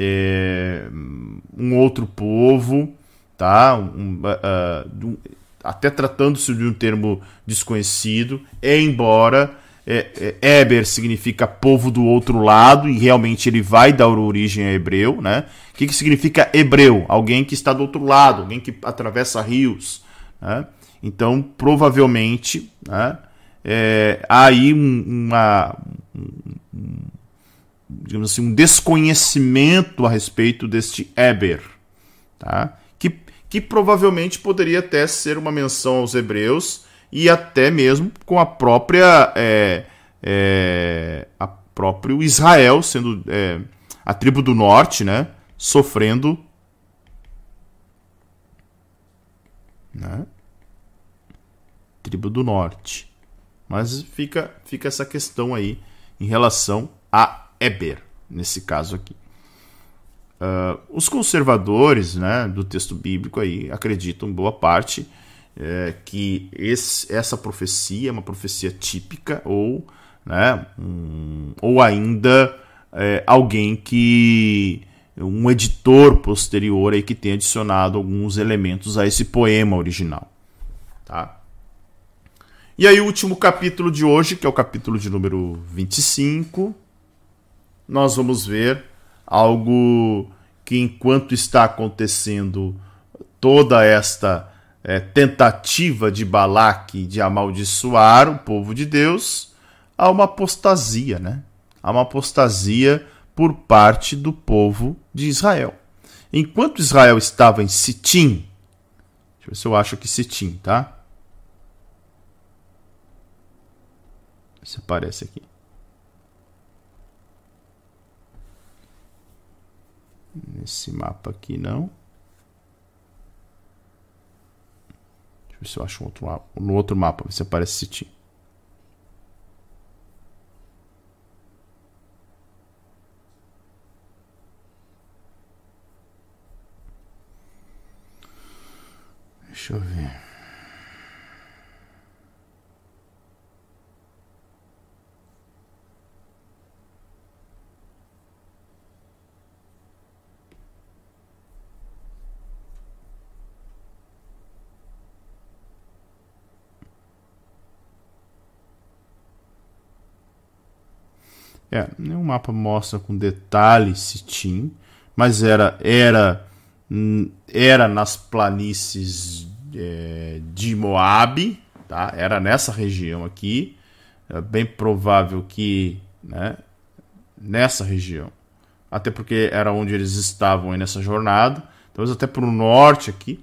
é, um outro povo, tá? Um, uh, uh, até tratando-se de um termo desconhecido, embora é, é, Éber significa povo do outro lado, e realmente ele vai dar origem a hebreu, né? O que, que significa hebreu? Alguém que está do outro lado, alguém que atravessa rios, né? Então, provavelmente, né, é, há aí um, uma, um, digamos assim, um desconhecimento a respeito deste Éber, tá? Que, que provavelmente poderia até ser uma menção aos hebreus, e até mesmo com a própria é, é, a próprio Israel, sendo é, a tribo do norte, né, sofrendo, né, tribo do norte. Mas fica, fica essa questão aí em relação a Éber, nesse caso aqui. Uh, os conservadores, né, do texto bíblico aí acreditam, boa parte, é, que esse, essa profecia é uma profecia típica, ou, né, um, ou ainda é, alguém que um editor posterior aí que tem adicionado alguns elementos a esse poema original, tá? E aí o último capítulo de hoje, que é o capítulo de número vinte e cinco, nós vamos ver algo que, enquanto está acontecendo toda esta é, tentativa de Balaque de amaldiçoar o povo de Deus, há uma apostasia, né? Há uma apostasia por parte do povo de Israel. Enquanto Israel estava em Sitim, deixa eu ver se eu acho aqui Sitim, tá? Se aparece aqui. Nesse mapa aqui não. Deixa eu ver se eu acho um outro mapa. No outro mapa, ver se aparece Sitim. Deixa eu ver. É, nenhum mapa mostra com detalhes Sitim, mas era era era nas planícies é, de Moabe, tá? Era nessa região aqui. É bem provável que, né, nessa região, até porque era onde eles estavam aí nessa jornada, talvez até para o norte aqui,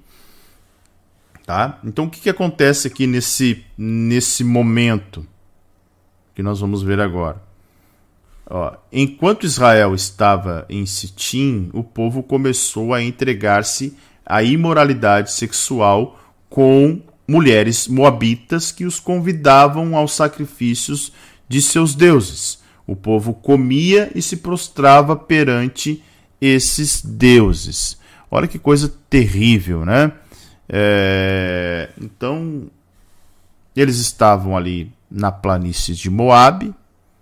tá? Então o que, que acontece aqui nesse, nesse momento que nós vamos ver agora? Ó, enquanto Israel estava em Sitim, o povo começou a entregar-se à imoralidade sexual com mulheres moabitas que os convidavam aos sacrifícios de seus deuses. O povo comia e se prostrava perante esses deuses. Olha que coisa terrível, né? É... Então, eles estavam ali na planície de Moabe,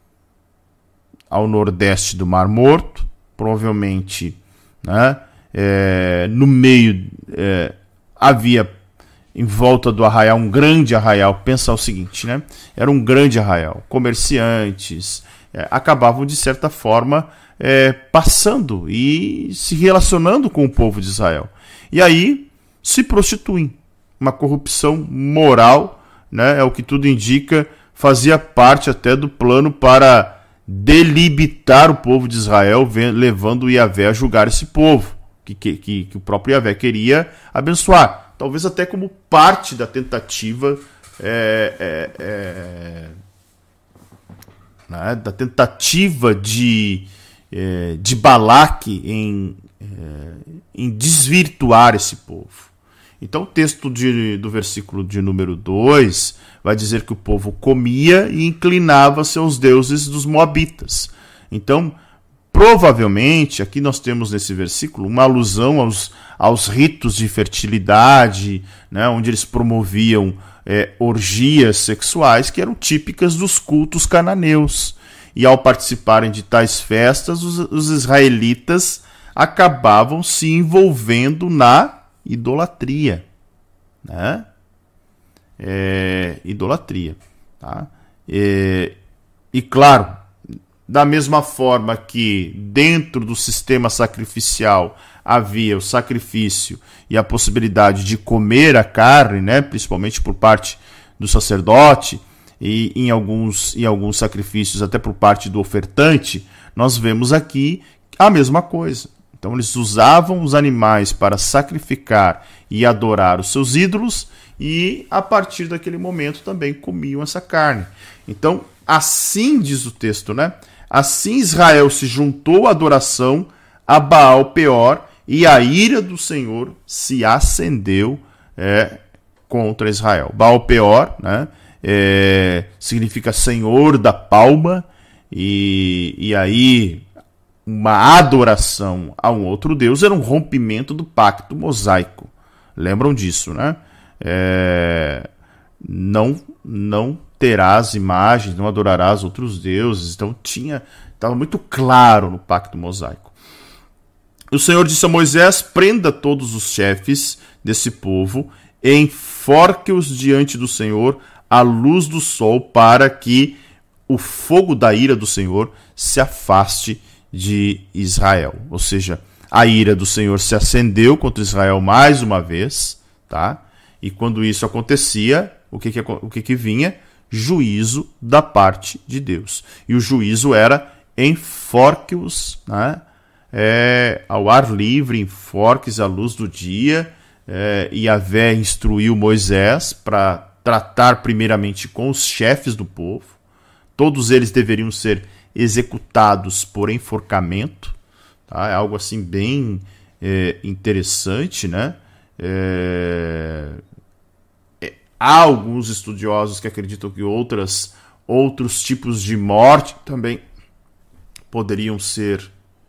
ao nordeste do Mar Morto, provavelmente, né, é, no meio é, havia em volta do arraial um grande arraial. Pensa o seguinte, né, era um grande arraial, comerciantes é, acabavam de certa forma é, passando e se relacionando com o povo de Israel, e aí se prostituem. Uma corrupção moral, né, é o que tudo indica, fazia parte até do plano para delimitar o povo de Israel, levando o Yahvé a julgar esse povo, que, que, que o próprio Yahvé queria abençoar. Talvez até como parte da tentativa é, é, é, né, da tentativa de, é, de Balaque em, é, em desvirtuar esse povo. Então o texto de, do versículo de número dois vai dizer que o povo comia e inclinava-se aos deuses dos moabitas. Então, provavelmente, aqui nós temos nesse versículo uma alusão aos, aos ritos de fertilidade, né, onde eles promoviam é, orgias sexuais que eram típicas dos cultos cananeus. E ao participarem de tais festas, os, os israelitas acabavam se envolvendo na idolatria, né? É, idolatria, tá? É, e claro, da mesma forma que dentro do sistema sacrificial havia o sacrifício e a possibilidade de comer a carne, né, principalmente por parte do sacerdote e em alguns, em alguns sacrifícios até por parte do ofertante, nós vemos aqui a mesma coisa. Então eles usavam os animais para sacrificar e adorar os seus ídolos e a partir daquele momento também comiam essa carne. Então assim diz o texto, né? Assim Israel se juntou à adoração a Baal Peor e a ira do Senhor se acendeu é, contra Israel. Baal Peor, né, é, significa Senhor da palma, e, e aí uma adoração a um outro Deus era um rompimento do pacto mosaico. Lembram disso, né? É, não, não terás imagens, não adorarás outros deuses. Então tinha, estava muito claro no pacto mosaico. O Senhor disse a Moisés: prenda todos os chefes desse povo, enforque-os diante do Senhor à luz do sol, para que o fogo da ira do Senhor se afaste de Israel. Ou seja, a ira do Senhor se acendeu contra Israel mais uma vez, tá? E quando isso acontecia, o que que, o que que vinha? Juízo da parte de Deus. E o juízo era: enforque-os, né? É, ao ar livre, enforques à luz do dia. É, e Yahvé instruiu Moisés para tratar primeiramente com os chefes do povo. Todos eles deveriam ser executados por enforcamento, Tá? É algo assim bem é, interessante, né? É... É, há alguns estudiosos que acreditam que outras, outros tipos de morte também poderiam ser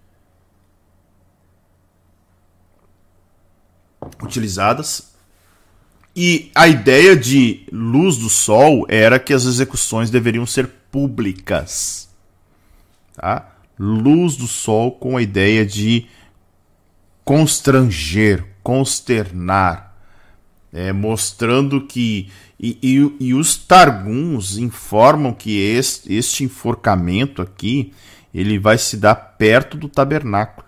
utilizadas. E a ideia de luz do sol era que as execuções deveriam ser públicas. Tá? Luz do sol com a ideia de constranger, consternar, é, mostrando que... E, e, e os Targuns informam que este, este enforcamento aqui ele vai se dar perto do tabernáculo.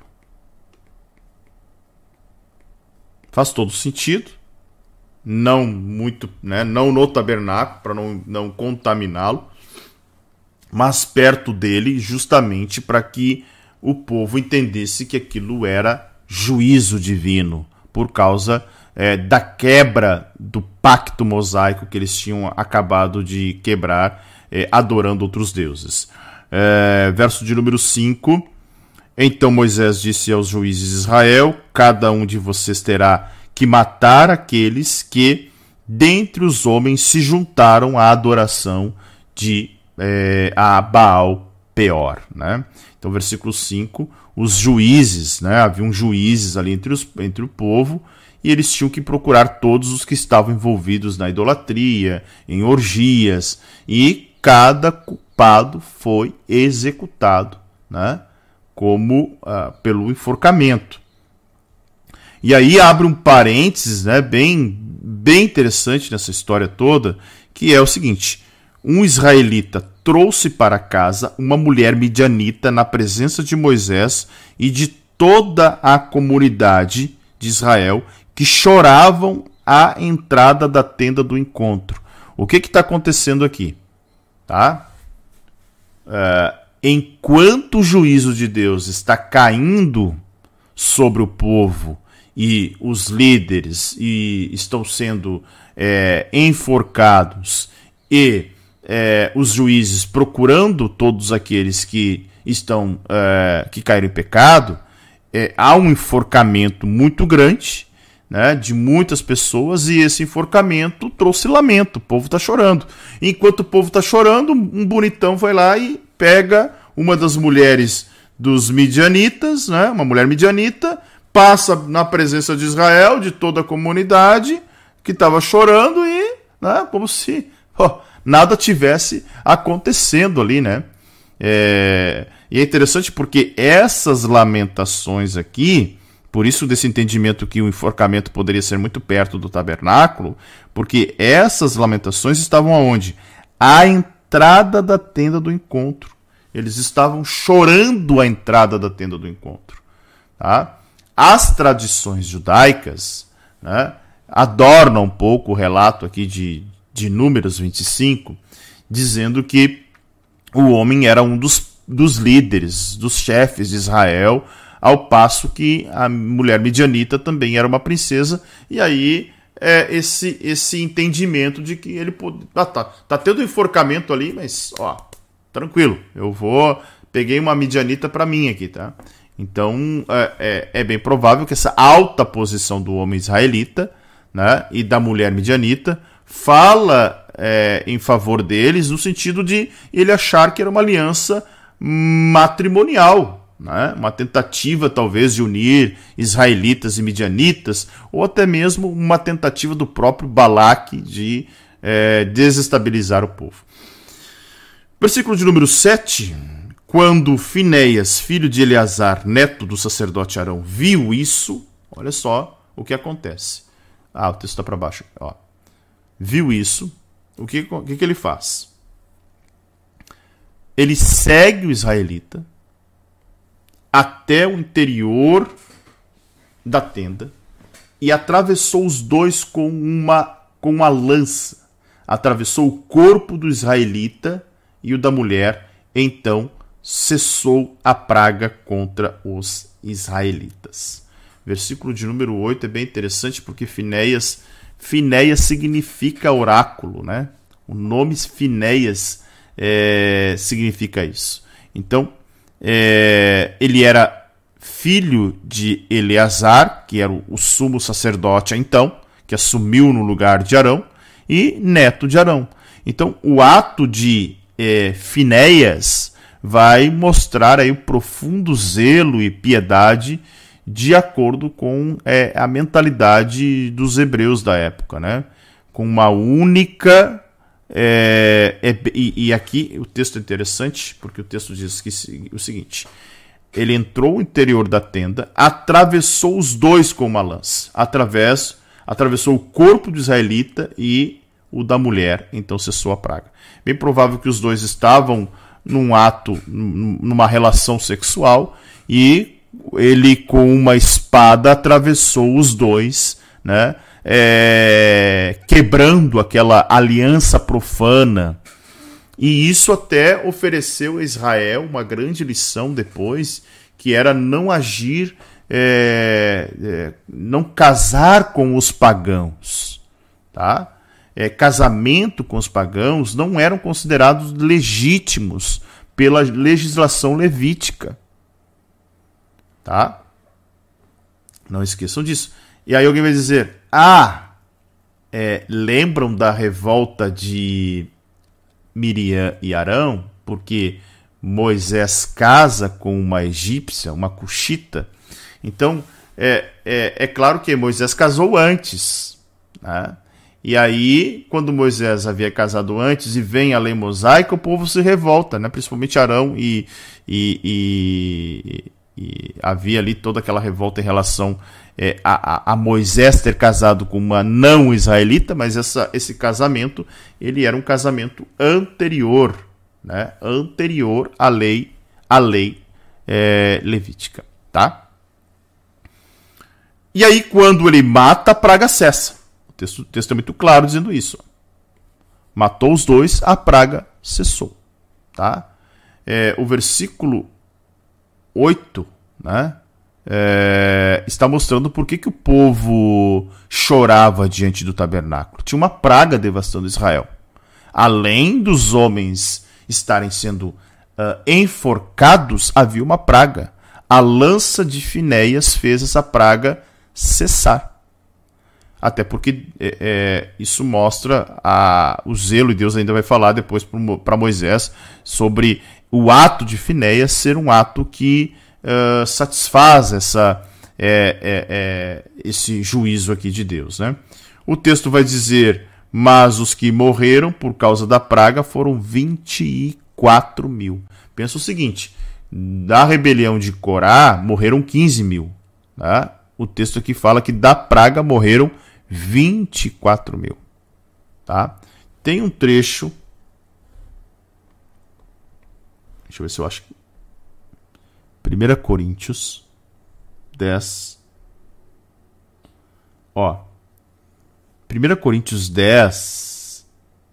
Faz todo sentido. Não muito, né, não no tabernáculo, para não, não contaminá-lo, mas perto dele, justamente para que o povo entendesse que aquilo era juízo divino, por causa é, da quebra do pacto mosaico que eles tinham acabado de quebrar, é, adorando outros deuses. É, verso de número cinco. Então Moisés disse aos juízes de Israel: cada um de vocês terá que matar aqueles que dentre os homens se juntaram à adoração de é, a Baal Peor, né? Então, versículo cinco, os juízes, né? Haviam juízes ali entre, os, entre o povo, e eles tinham que procurar todos os que estavam envolvidos na idolatria, em orgias, e cada culpado foi executado, né? Como uh, pelo enforcamento. E aí abre um parênteses, né, bem, bem interessante nessa história toda, que é o seguinte: um israelita trouxe para casa uma mulher midianita na presença de Moisés e de toda a comunidade de Israel, que choravam à entrada da tenda do encontro. O que está acontecendo aqui? Tá? É, enquanto o juízo de Deus está caindo sobre o povo, e os líderes e estão sendo é, enforcados, e é, os juízes procurando todos aqueles que estão é, que caíram em pecado, é, há um enforcamento muito grande, né, de muitas pessoas, e esse enforcamento trouxe lamento. O povo está chorando. Enquanto o povo está chorando, um bonitão vai lá e pega uma das mulheres dos midianitas, né, uma mulher midianita, passa na presença de Israel, de toda a comunidade que estava chorando, e né, como se oh, nada tivesse acontecendo ali, né? É, e é interessante porque essas lamentações aqui, por isso desse entendimento que o enforcamento poderia ser muito perto do tabernáculo, porque essas lamentações estavam aonde? À entrada da tenda do encontro. Eles estavam chorando à entrada da tenda do encontro. Tá? As tradições judaicas, né, adornam um pouco o relato aqui de, de Números vinte e cinco, dizendo que o homem era um dos, dos líderes, dos chefes de Israel, ao passo que a mulher midianita também era uma princesa, e aí é esse, esse entendimento de que ele pode... Ah, tá, tá tendo enforcamento ali, mas ó, tranquilo, eu vou... Peguei uma midianita para mim aqui, tá? Então, é, é, é bem provável que essa alta posição do homem israelita, né, e da mulher midianita fala é, em favor deles, no sentido de ele achar que era uma aliança matrimonial, né, uma tentativa talvez de unir israelitas e midianitas, ou até mesmo uma tentativa do próprio Balaque de é, desestabilizar o povo. Versículo de número sete... Quando Finéias, filho de Eleazar, neto do sacerdote Arão, viu isso, olha só o que acontece. Ah, o texto está para baixo. Ó. Viu isso, o que, o que, que ele faz? Ele segue o israelita até o interior da tenda e atravessou os dois com uma, com uma lança. Atravessou o corpo do israelita e o da mulher, então cessou a praga contra os israelitas. Versículo de número oito é bem interessante porque Finéias, Finéias significa oráculo, né? O nome Finéias é, significa isso. Então, é, ele era filho de Eleazar, que era o, o sumo sacerdote então, que assumiu no lugar de Arão, e neto de Arão. Então, o ato de é, Finéias vai mostrar aí o profundo zelo e piedade de acordo com é, a mentalidade dos hebreus da época, né? Com uma única... É, é, e, e aqui o texto é interessante, porque o texto diz que, o seguinte: ele entrou no interior da tenda, atravessou os dois com uma lança, através, atravessou o corpo do israelita e o da mulher, então cessou a praga. Bem provável que os dois estavam num ato, numa relação sexual, e ele com uma espada atravessou os dois, né? É, quebrando aquela aliança profana. E isso até ofereceu a Israel uma grande lição depois, que era não agir, é, é, não casar com os pagãos. Tá? É, casamento com os pagãos não eram considerados legítimos pela legislação levítica. Tá? Não esqueçam disso. E aí alguém vai dizer, ah, é, lembram da revolta de Miriam e Arão? Porque Moisés casa com uma egípcia, uma cuxita. Então, é, é, é claro que Moisés casou antes, né? E aí, quando Moisés havia casado antes e vem a lei mosaica, o povo se revolta, né? Principalmente Arão e... e, e E havia ali toda aquela revolta em relação é, a, a Moisés ter casado com uma não israelita, mas essa, esse casamento ele era um casamento anterior, né? Anterior à lei, à lei é, levítica. Tá? E aí, quando ele mata, a praga cessa. O texto, o texto é muito claro dizendo isso. Matou os dois, a praga cessou. Tá? É, o versículo oito, né, é, está mostrando por que, que o povo chorava diante do tabernáculo. Tinha uma praga devastando Israel. Além dos homens estarem sendo uh, enforcados, havia uma praga. A lança de Finéias fez essa praga cessar. Até porque é, é, isso mostra a, o zelo, e Deus ainda vai falar depois para Moisés sobre o ato de Finéias ser um ato que uh, satisfaz essa, é, é, é, esse juízo aqui de Deus, né? O texto vai dizer, mas os que morreram por causa da praga foram vinte e quatro mil. Pensa o seguinte, da rebelião de Corá morreram quinze mil. Tá? O texto aqui fala que da praga morreram vinte e quatro mil. Tá? Tem um trecho... Deixa eu ver se eu acho que... primeira Coríntios dez. Ó. primeira Coríntios dez.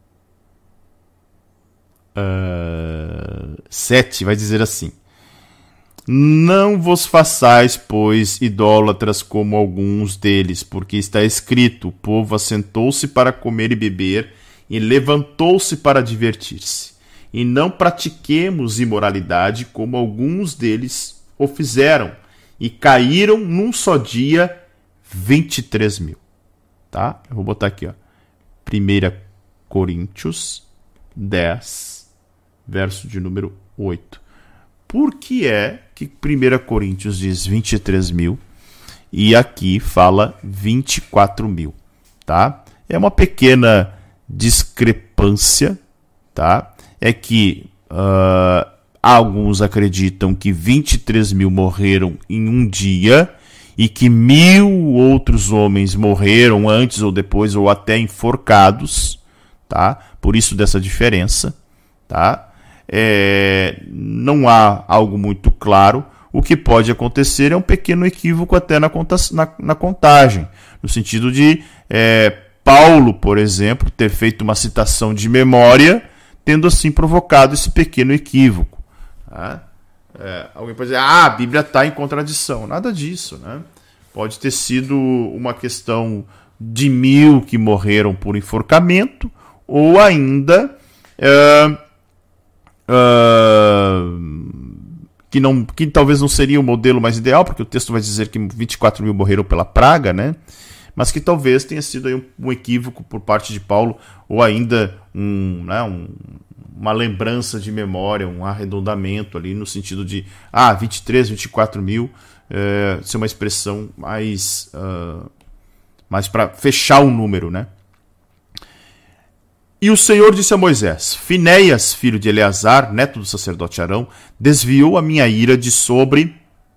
Uh, sete vai dizer assim: não vos façais, pois, idólatras como alguns deles, porque está escrito: o povo assentou-se para comer e beber, e levantou-se para divertir-se. E não pratiquemos imoralidade como alguns deles o fizeram, e caíram num só dia vinte e três mil. Tá? Eu vou botar aqui, ó. primeira Coríntios dez, verso de número oito. Por que é que primeira Coríntios diz vinte e três mil e aqui fala vinte e quatro mil? Tá? É uma pequena discrepância, tá? É que uh, alguns acreditam que vinte e três mil morreram em um dia e que mil outros homens morreram antes ou depois ou até enforcados, tá? Por isso dessa diferença, tá? É, não há algo muito claro. O que pode acontecer é um pequeno equívoco até na, conta, na, na contagem, no sentido de é, Paulo, por exemplo, ter feito uma citação de memória, tendo assim provocado esse pequeno equívoco. Tá? É, alguém pode dizer, ah, a Bíblia está em contradição. Nada disso, né? Pode ter sido uma questão de mil que morreram por enforcamento, ou ainda é, é, que, não, que talvez não seria o modelo mais ideal, porque o texto vai dizer que vinte e quatro mil morreram pela praga, né? Mas que talvez tenha sido aí um, um equívoco por parte de Paulo, ou ainda um, né, um, uma lembrança de memória, um arredondamento ali, no sentido de, ah, vinte e três, vinte e quatro mil, é, ser uma expressão mais, uh, mais para fechar o número, né? E o Senhor disse a Moisés: Finéias, filho de Eleazar, neto do sacerdote Arão, desviou a minha ira de sobre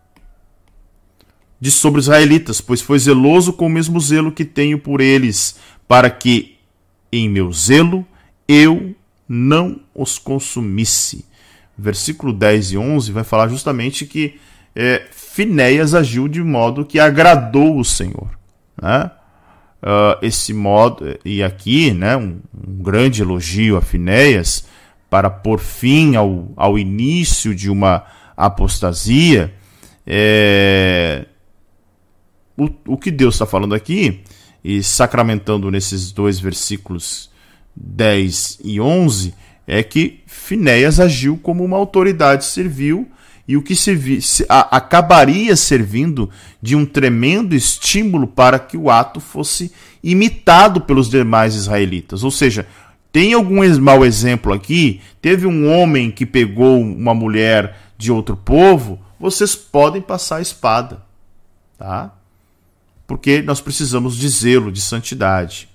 de sobre os israelitas, pois foi zeloso com o mesmo zelo que tenho por eles, para que em meu zelo eu não os consumisse. Versículo dez e onze vai falar justamente que é, Finéias agiu de modo que agradou o Senhor, né? Uh, esse modo, e aqui, né, um, um grande elogio a Finéias para pôr fim ao, ao início de uma apostasia. É, o, o que Deus está falando aqui, e sacramentando nesses dois versículos dez e onze, é que Finéias agiu como uma autoridade servil, e o que servi, a, acabaria servindo de um tremendo estímulo para que o ato fosse imitado pelos demais israelitas. Ou seja, tem algum mau exemplo aqui? Teve um homem que pegou uma mulher de outro povo? Vocês podem passar a espada, tá? Porque nós precisamos de zelo, de santidade.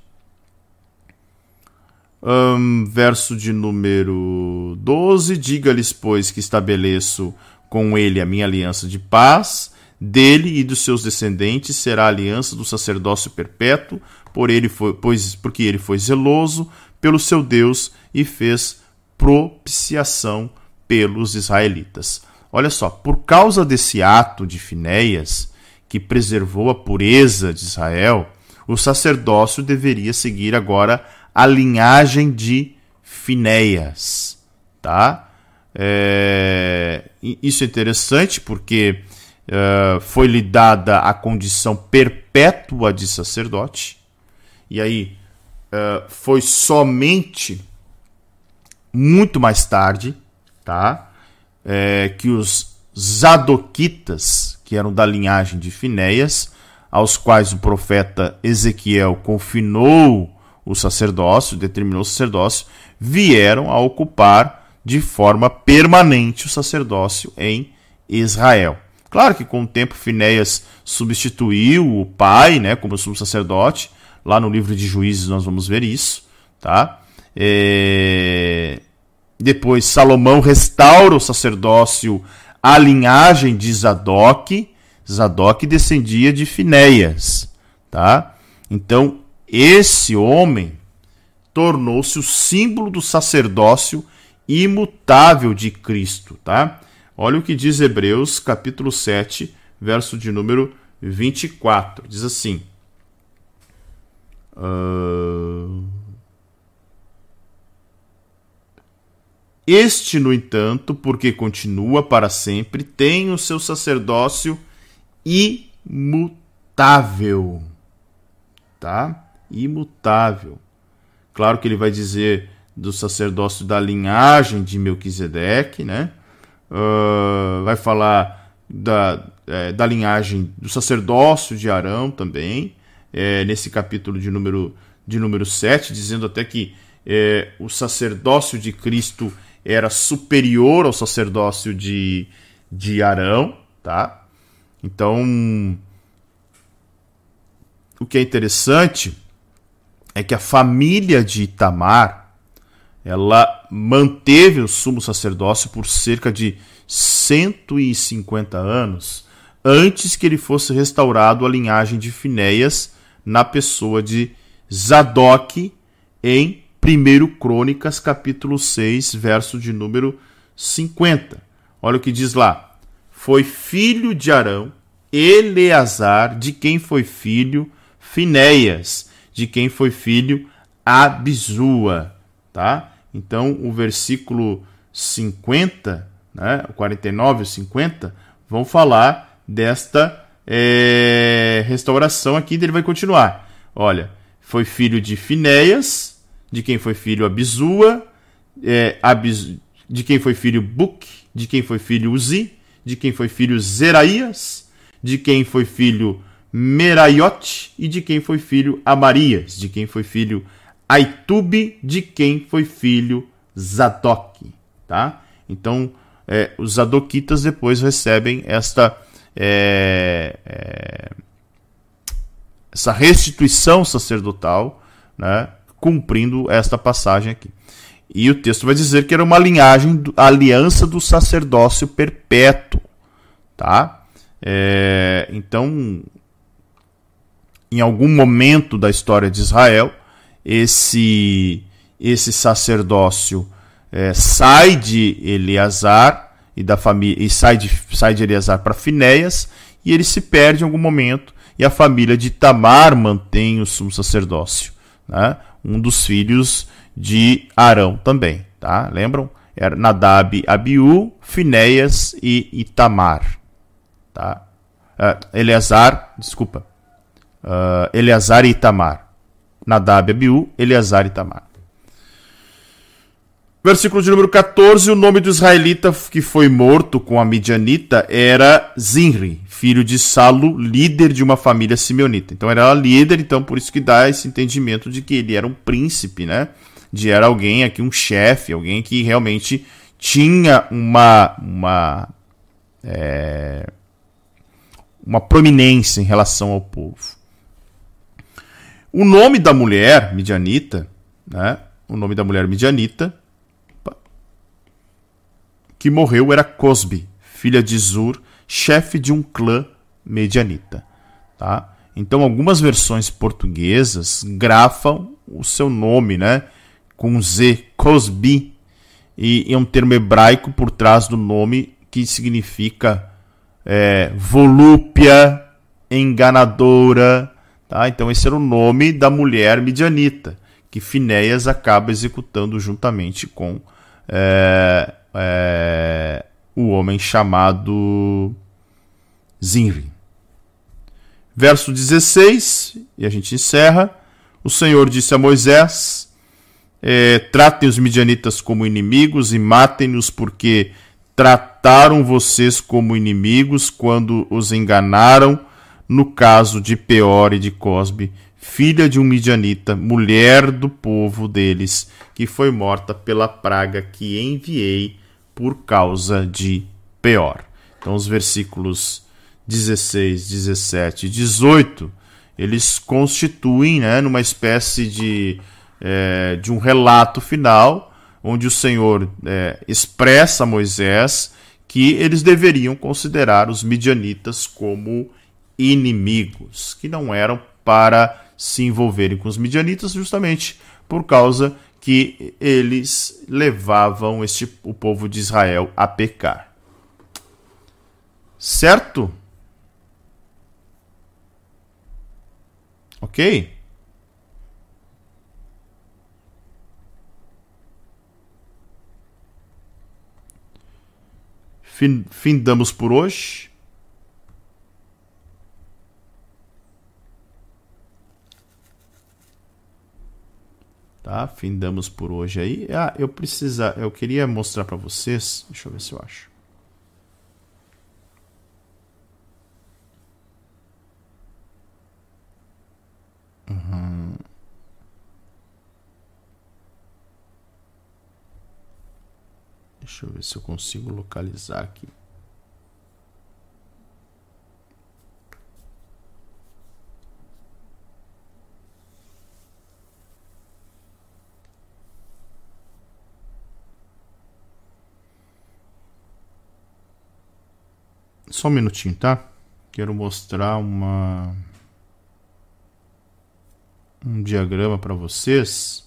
Um, verso de número doze: Diga-lhes, pois, que estabeleço com ele a minha aliança de paz, dele e dos seus descendentes será a aliança do sacerdócio perpétuo, por ele foi, pois, porque ele foi zeloso pelo seu Deus e fez propiciação pelos israelitas. Olha só, por causa desse ato de Finéias, que preservou a pureza de Israel, o sacerdócio deveria seguir agora a linhagem de Finéias, tá? É, isso é interessante porque uh, foi-lhe dada a condição perpétua de sacerdote, e aí uh, foi somente muito mais tarde, tá? É, que os zadoquitas, que eram da linhagem de Finéias, aos quais o profeta Ezequiel confinou o sacerdócio, determinou o sacerdócio, vieram a ocupar de forma permanente o sacerdócio em Israel. Claro que com o tempo Finéias substituiu o pai, né, como sumo sacerdote. Lá no livro de Juízes nós vamos ver isso, tá? É... Depois Salomão restaura o sacerdócio à linhagem de Zadok. Zadok descendia de Finéias, tá? Então esse homem tornou-se o símbolo do sacerdócio imutável de Cristo, tá? Olha o que diz Hebreus, capítulo sete, verso de número vinte e quatro. Diz assim: uh... Este, no entanto, porque continua para sempre, tem o seu sacerdócio imutável, tá? Imutável. Claro que ele vai dizer do sacerdócio da linhagem de Melquisedeque, né? Uh, vai falar da, é, da linhagem do sacerdócio de Arão também, é, nesse capítulo de número, de número sete, dizendo até que é, o sacerdócio de Cristo era superior ao sacerdócio de, de Arão, tá? Então, o que é interessante é que a família de Itamar, ela manteve o sumo sacerdócio por cerca de cento e cinquenta anos, antes que ele fosse restaurado à linhagem de Finéias, na pessoa de Zadok, em primeiro Crônicas, capítulo seis, verso de número cinquenta. Olha o que diz lá: Foi filho de Arão, Eleazar, de quem foi filho Finéias, de quem foi filho Abisua, tá? Então, o versículo cinquenta, né, o quarenta e nove e o cinquenta, vão falar desta é, restauração aqui. Ele vai continuar. Olha, foi filho de Finéias, de quem foi filho Abisua, é, Abis, de quem foi filho Buque, de quem foi filho Uzi, de quem foi filho Zeraías, de quem foi filho Meraiote e de quem foi filho Amarias, de quem foi filho Aitube, de quem foi filho Zadok. Tá? Então, é, os Zadoquitas depois recebem esta, é, é, essa restituição sacerdotal, né, cumprindo esta passagem aqui. E o texto vai dizer que era uma linhagem, a aliança do sacerdócio perpétuo. Tá? É, então, em algum momento da história de Israel, esse, esse sacerdócio é, sai de Eleazar e, da família, e sai, de, sai de Eleazar para Finéias, e ele se perde em algum momento, e a família de Tamar mantém o sumo sacerdócio, né? Um dos filhos de Arão também, tá? Lembram? Era Nadab, Abiú, Finéias e Itamar. Tá? Uh, Eleazar, desculpa. Uh, Eleazar e Itamar. Nadab, Abiú, Eleazar e Itamar. Versículo de número quatorze. O nome do israelita que foi morto com a midianita era Zinri, filho de Salu, líder de uma família simeonita. Então era líder, então por isso que dá esse entendimento de que ele era um príncipe, né? De era alguém aqui, um chefe, alguém que realmente tinha uma, uma, é, uma prominência em relação ao povo. O nome da mulher midianita, né? O nome da mulher midianita que morreu era Cosbi, filha de Zur, chefe de um clã medianita. Tá? Então, algumas versões portuguesas grafam o seu nome, né, com Z, Cosbi, e é um termo hebraico por trás do nome que significa é, volúpia, enganadora. Tá? Então, esse era o nome da mulher midianita, que Finéias acaba executando juntamente com é, é, o homem chamado Zinri. Verso dezesseis, e a gente encerra. O Senhor disse a Moisés: é, tratem os midianitas como inimigos e matem-nos, porque trataram vocês como inimigos quando os enganaram no caso de Peor e de Cosbi, filha de um midianita, mulher do povo deles, que foi morta pela praga que enviei por causa de Peor. Então os versículos dezesseis, dezessete e dezoito, eles constituem, né, numa espécie de, é, de um relato final, onde o Senhor é, expressa a Moisés que eles deveriam considerar os midianitas como inimigos, que não eram para se envolverem com os midianitas, justamente por causa que eles levavam este, o povo de Israel a pecar. Certo? Ok? Fin, findamos por hoje. Tá? Findamos por hoje aí. Ah, eu precisa, eu queria mostrar para vocês. Deixa eu ver se eu acho. Uhum. Deixa eu ver se eu consigo localizar aqui. Só um minutinho, tá? Quero mostrar uma um diagrama para vocês.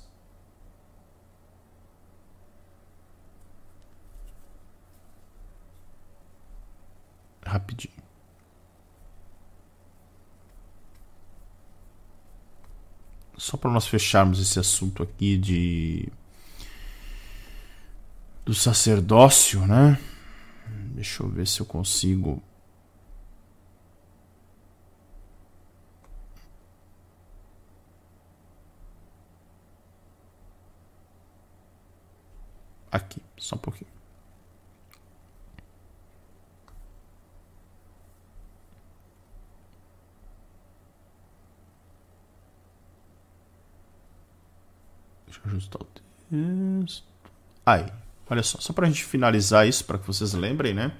Rapidinho. Só para nós fecharmos esse assunto aqui de do sacerdócio, né? Deixa eu ver se eu consigo. Aqui, só um pouquinho. Deixa eu ajustar o texto. Aí, olha só, só para a gente finalizar isso, para que vocês lembrem, né?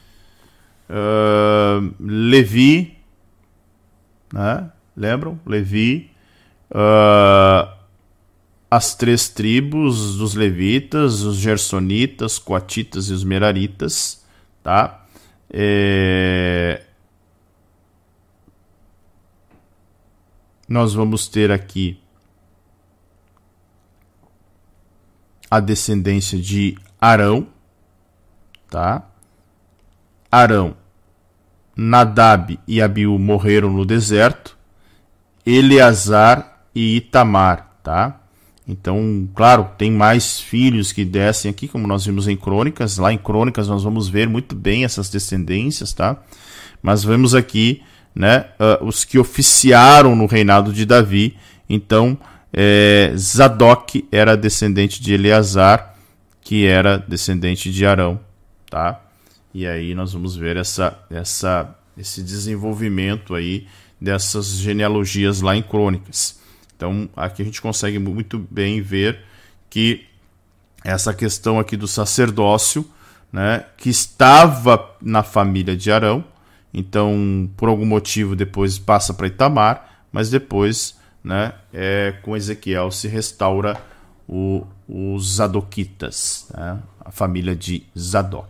Uh, Levi, né? Lembram? Levi, uh, as três tribos dos levitas, os gersonitas, coatitas e os meraritas, tá? É... Nós vamos ter aqui a descendência de Arão, tá? Arão, Nadab e Abiú morreram no deserto, Eleazar e Itamar, tá? Então, claro, tem mais filhos que descem aqui, como nós vimos em Crônicas. Lá em Crônicas nós vamos ver muito bem essas descendências, tá? Mas vemos aqui, né, uh, os que oficiaram no reinado de Davi. Então, é, Zadok era descendente de Eleazar, que era descendente de Arão, tá? E aí nós vamos ver essa, essa, esse desenvolvimento aí dessas genealogias lá em Crônicas. Então, aqui a gente consegue muito bem ver que essa questão aqui do sacerdócio, né, que estava na família de Arão, então, por algum motivo, depois passa para Itamar, mas depois, né, é, com Ezequiel se restaura o, os Zadoquitas, né, a família de Zadok.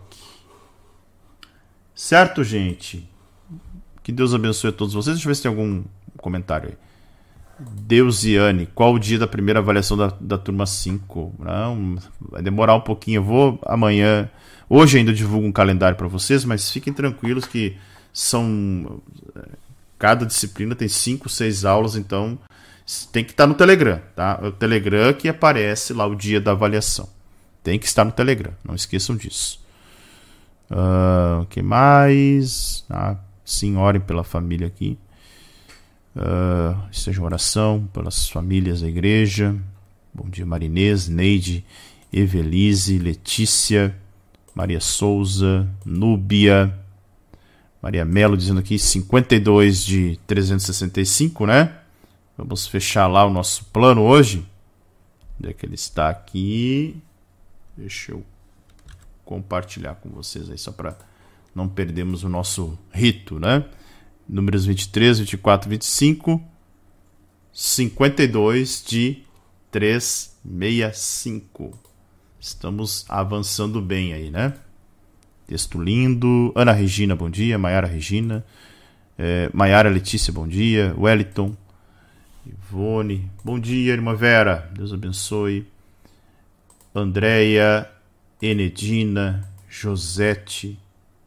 Certo, gente? Que Deus abençoe a todos vocês. Deixa eu ver se tem algum comentário aí. Deusiane, qual o dia da primeira avaliação da, da turma cinco? Não, vai demorar um pouquinho. Eu vou amanhã. Hoje ainda divulgo um calendário para vocês, mas fiquem tranquilos que são. Cada disciplina tem cinco, seis aulas, então tem que estar no Telegram, tá? O Telegram que aparece lá o dia da avaliação. Tem que estar no Telegram, não esqueçam disso. O uh, que mais? Ah, sim, orem pela família aqui. Uh, seja uma oração pelas famílias da igreja. Bom dia, Marinês, Neide, Evelise, Letícia, Maria Souza, Núbia, Maria Melo dizendo aqui cinquenta e dois de trezentos e sessenta e cinco, né? Vamos fechar lá o nosso plano hoje. Onde é que ele está aqui? Deixa eu compartilhar com vocês aí, só para não perdermos o nosso rito, né? Números vinte e três, vinte e quatro, vinte e cinco, cinquenta e dois de trezentos e sessenta e cinco. Estamos avançando bem aí, né? Texto lindo. Ana Regina, bom dia. Maiara Regina. É, Maiara Letícia, bom dia. Wellington. Ivone, bom dia, irmã Vera. Deus abençoe. Andréia, Enedina, Josete.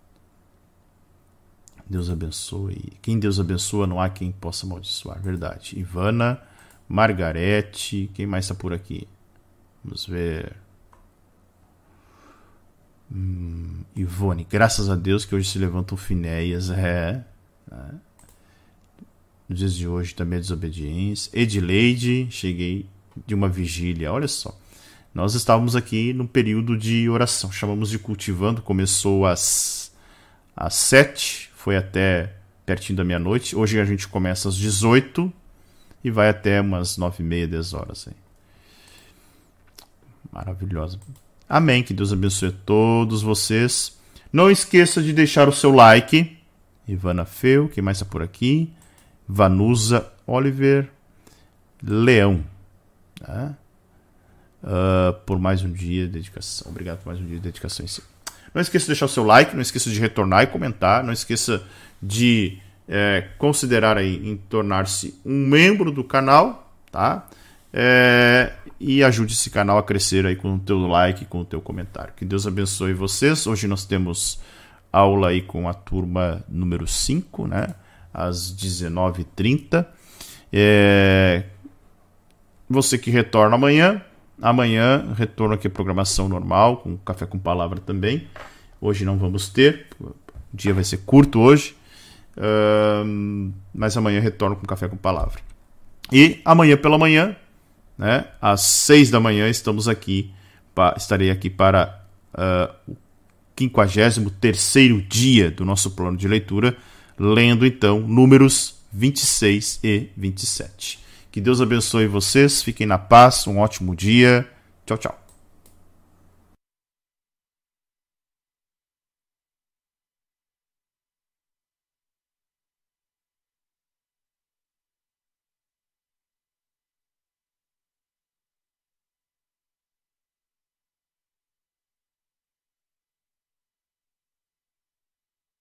Deus abençoe. Quem Deus abençoa, não há quem possa amaldiçoar. Verdade. Ivana, Margarete. Quem mais está por aqui? Vamos ver. Hum, Ivone, graças a Deus que hoje se levantam Finéias. É. é. Nos dias de hoje também é desobediência. Edileide, cheguei de uma vigília. Olha só. Nós estávamos aqui no período de oração. Chamamos de cultivando. Começou às, às sete. Foi até pertinho da meia-noite. Hoje a gente começa às dezoito e vai até umas nove e meia, dez horas. Aí. Maravilhosa. Amém. Que Deus abençoe a todos vocês. Não esqueça de deixar o seu like. Ivana Feu, quem mais está por aqui? Vanusa Oliver Leão. Tá? Uh, por mais um dia de dedicação. Obrigado por mais um dia de dedicação em si. Não esqueça de deixar o seu like, não esqueça de retornar e comentar, não esqueça de é, considerar aí em tornar-se um membro do canal, tá? É, e ajude esse canal a crescer aí com o teu like, com o teu comentário. Que Deus abençoe vocês. Hoje nós temos aula aí com a turma número cinco, né? Às dezenove e trinta. É, você que retorna amanhã, amanhã retorno aqui a programação normal, com Café com Palavra também. Hoje não vamos ter, o dia vai ser curto hoje, uh, mas amanhã retorno com Café com Palavra. E amanhã pela manhã, né, às seis da manhã, estamos aqui, pa, estarei aqui para uh, o quinquagésimo terceiro dia do nosso plano de leitura, lendo então números vinte e seis e vinte e sete. Que Deus abençoe vocês, fiquem na paz, um ótimo dia. Tchau, tchau.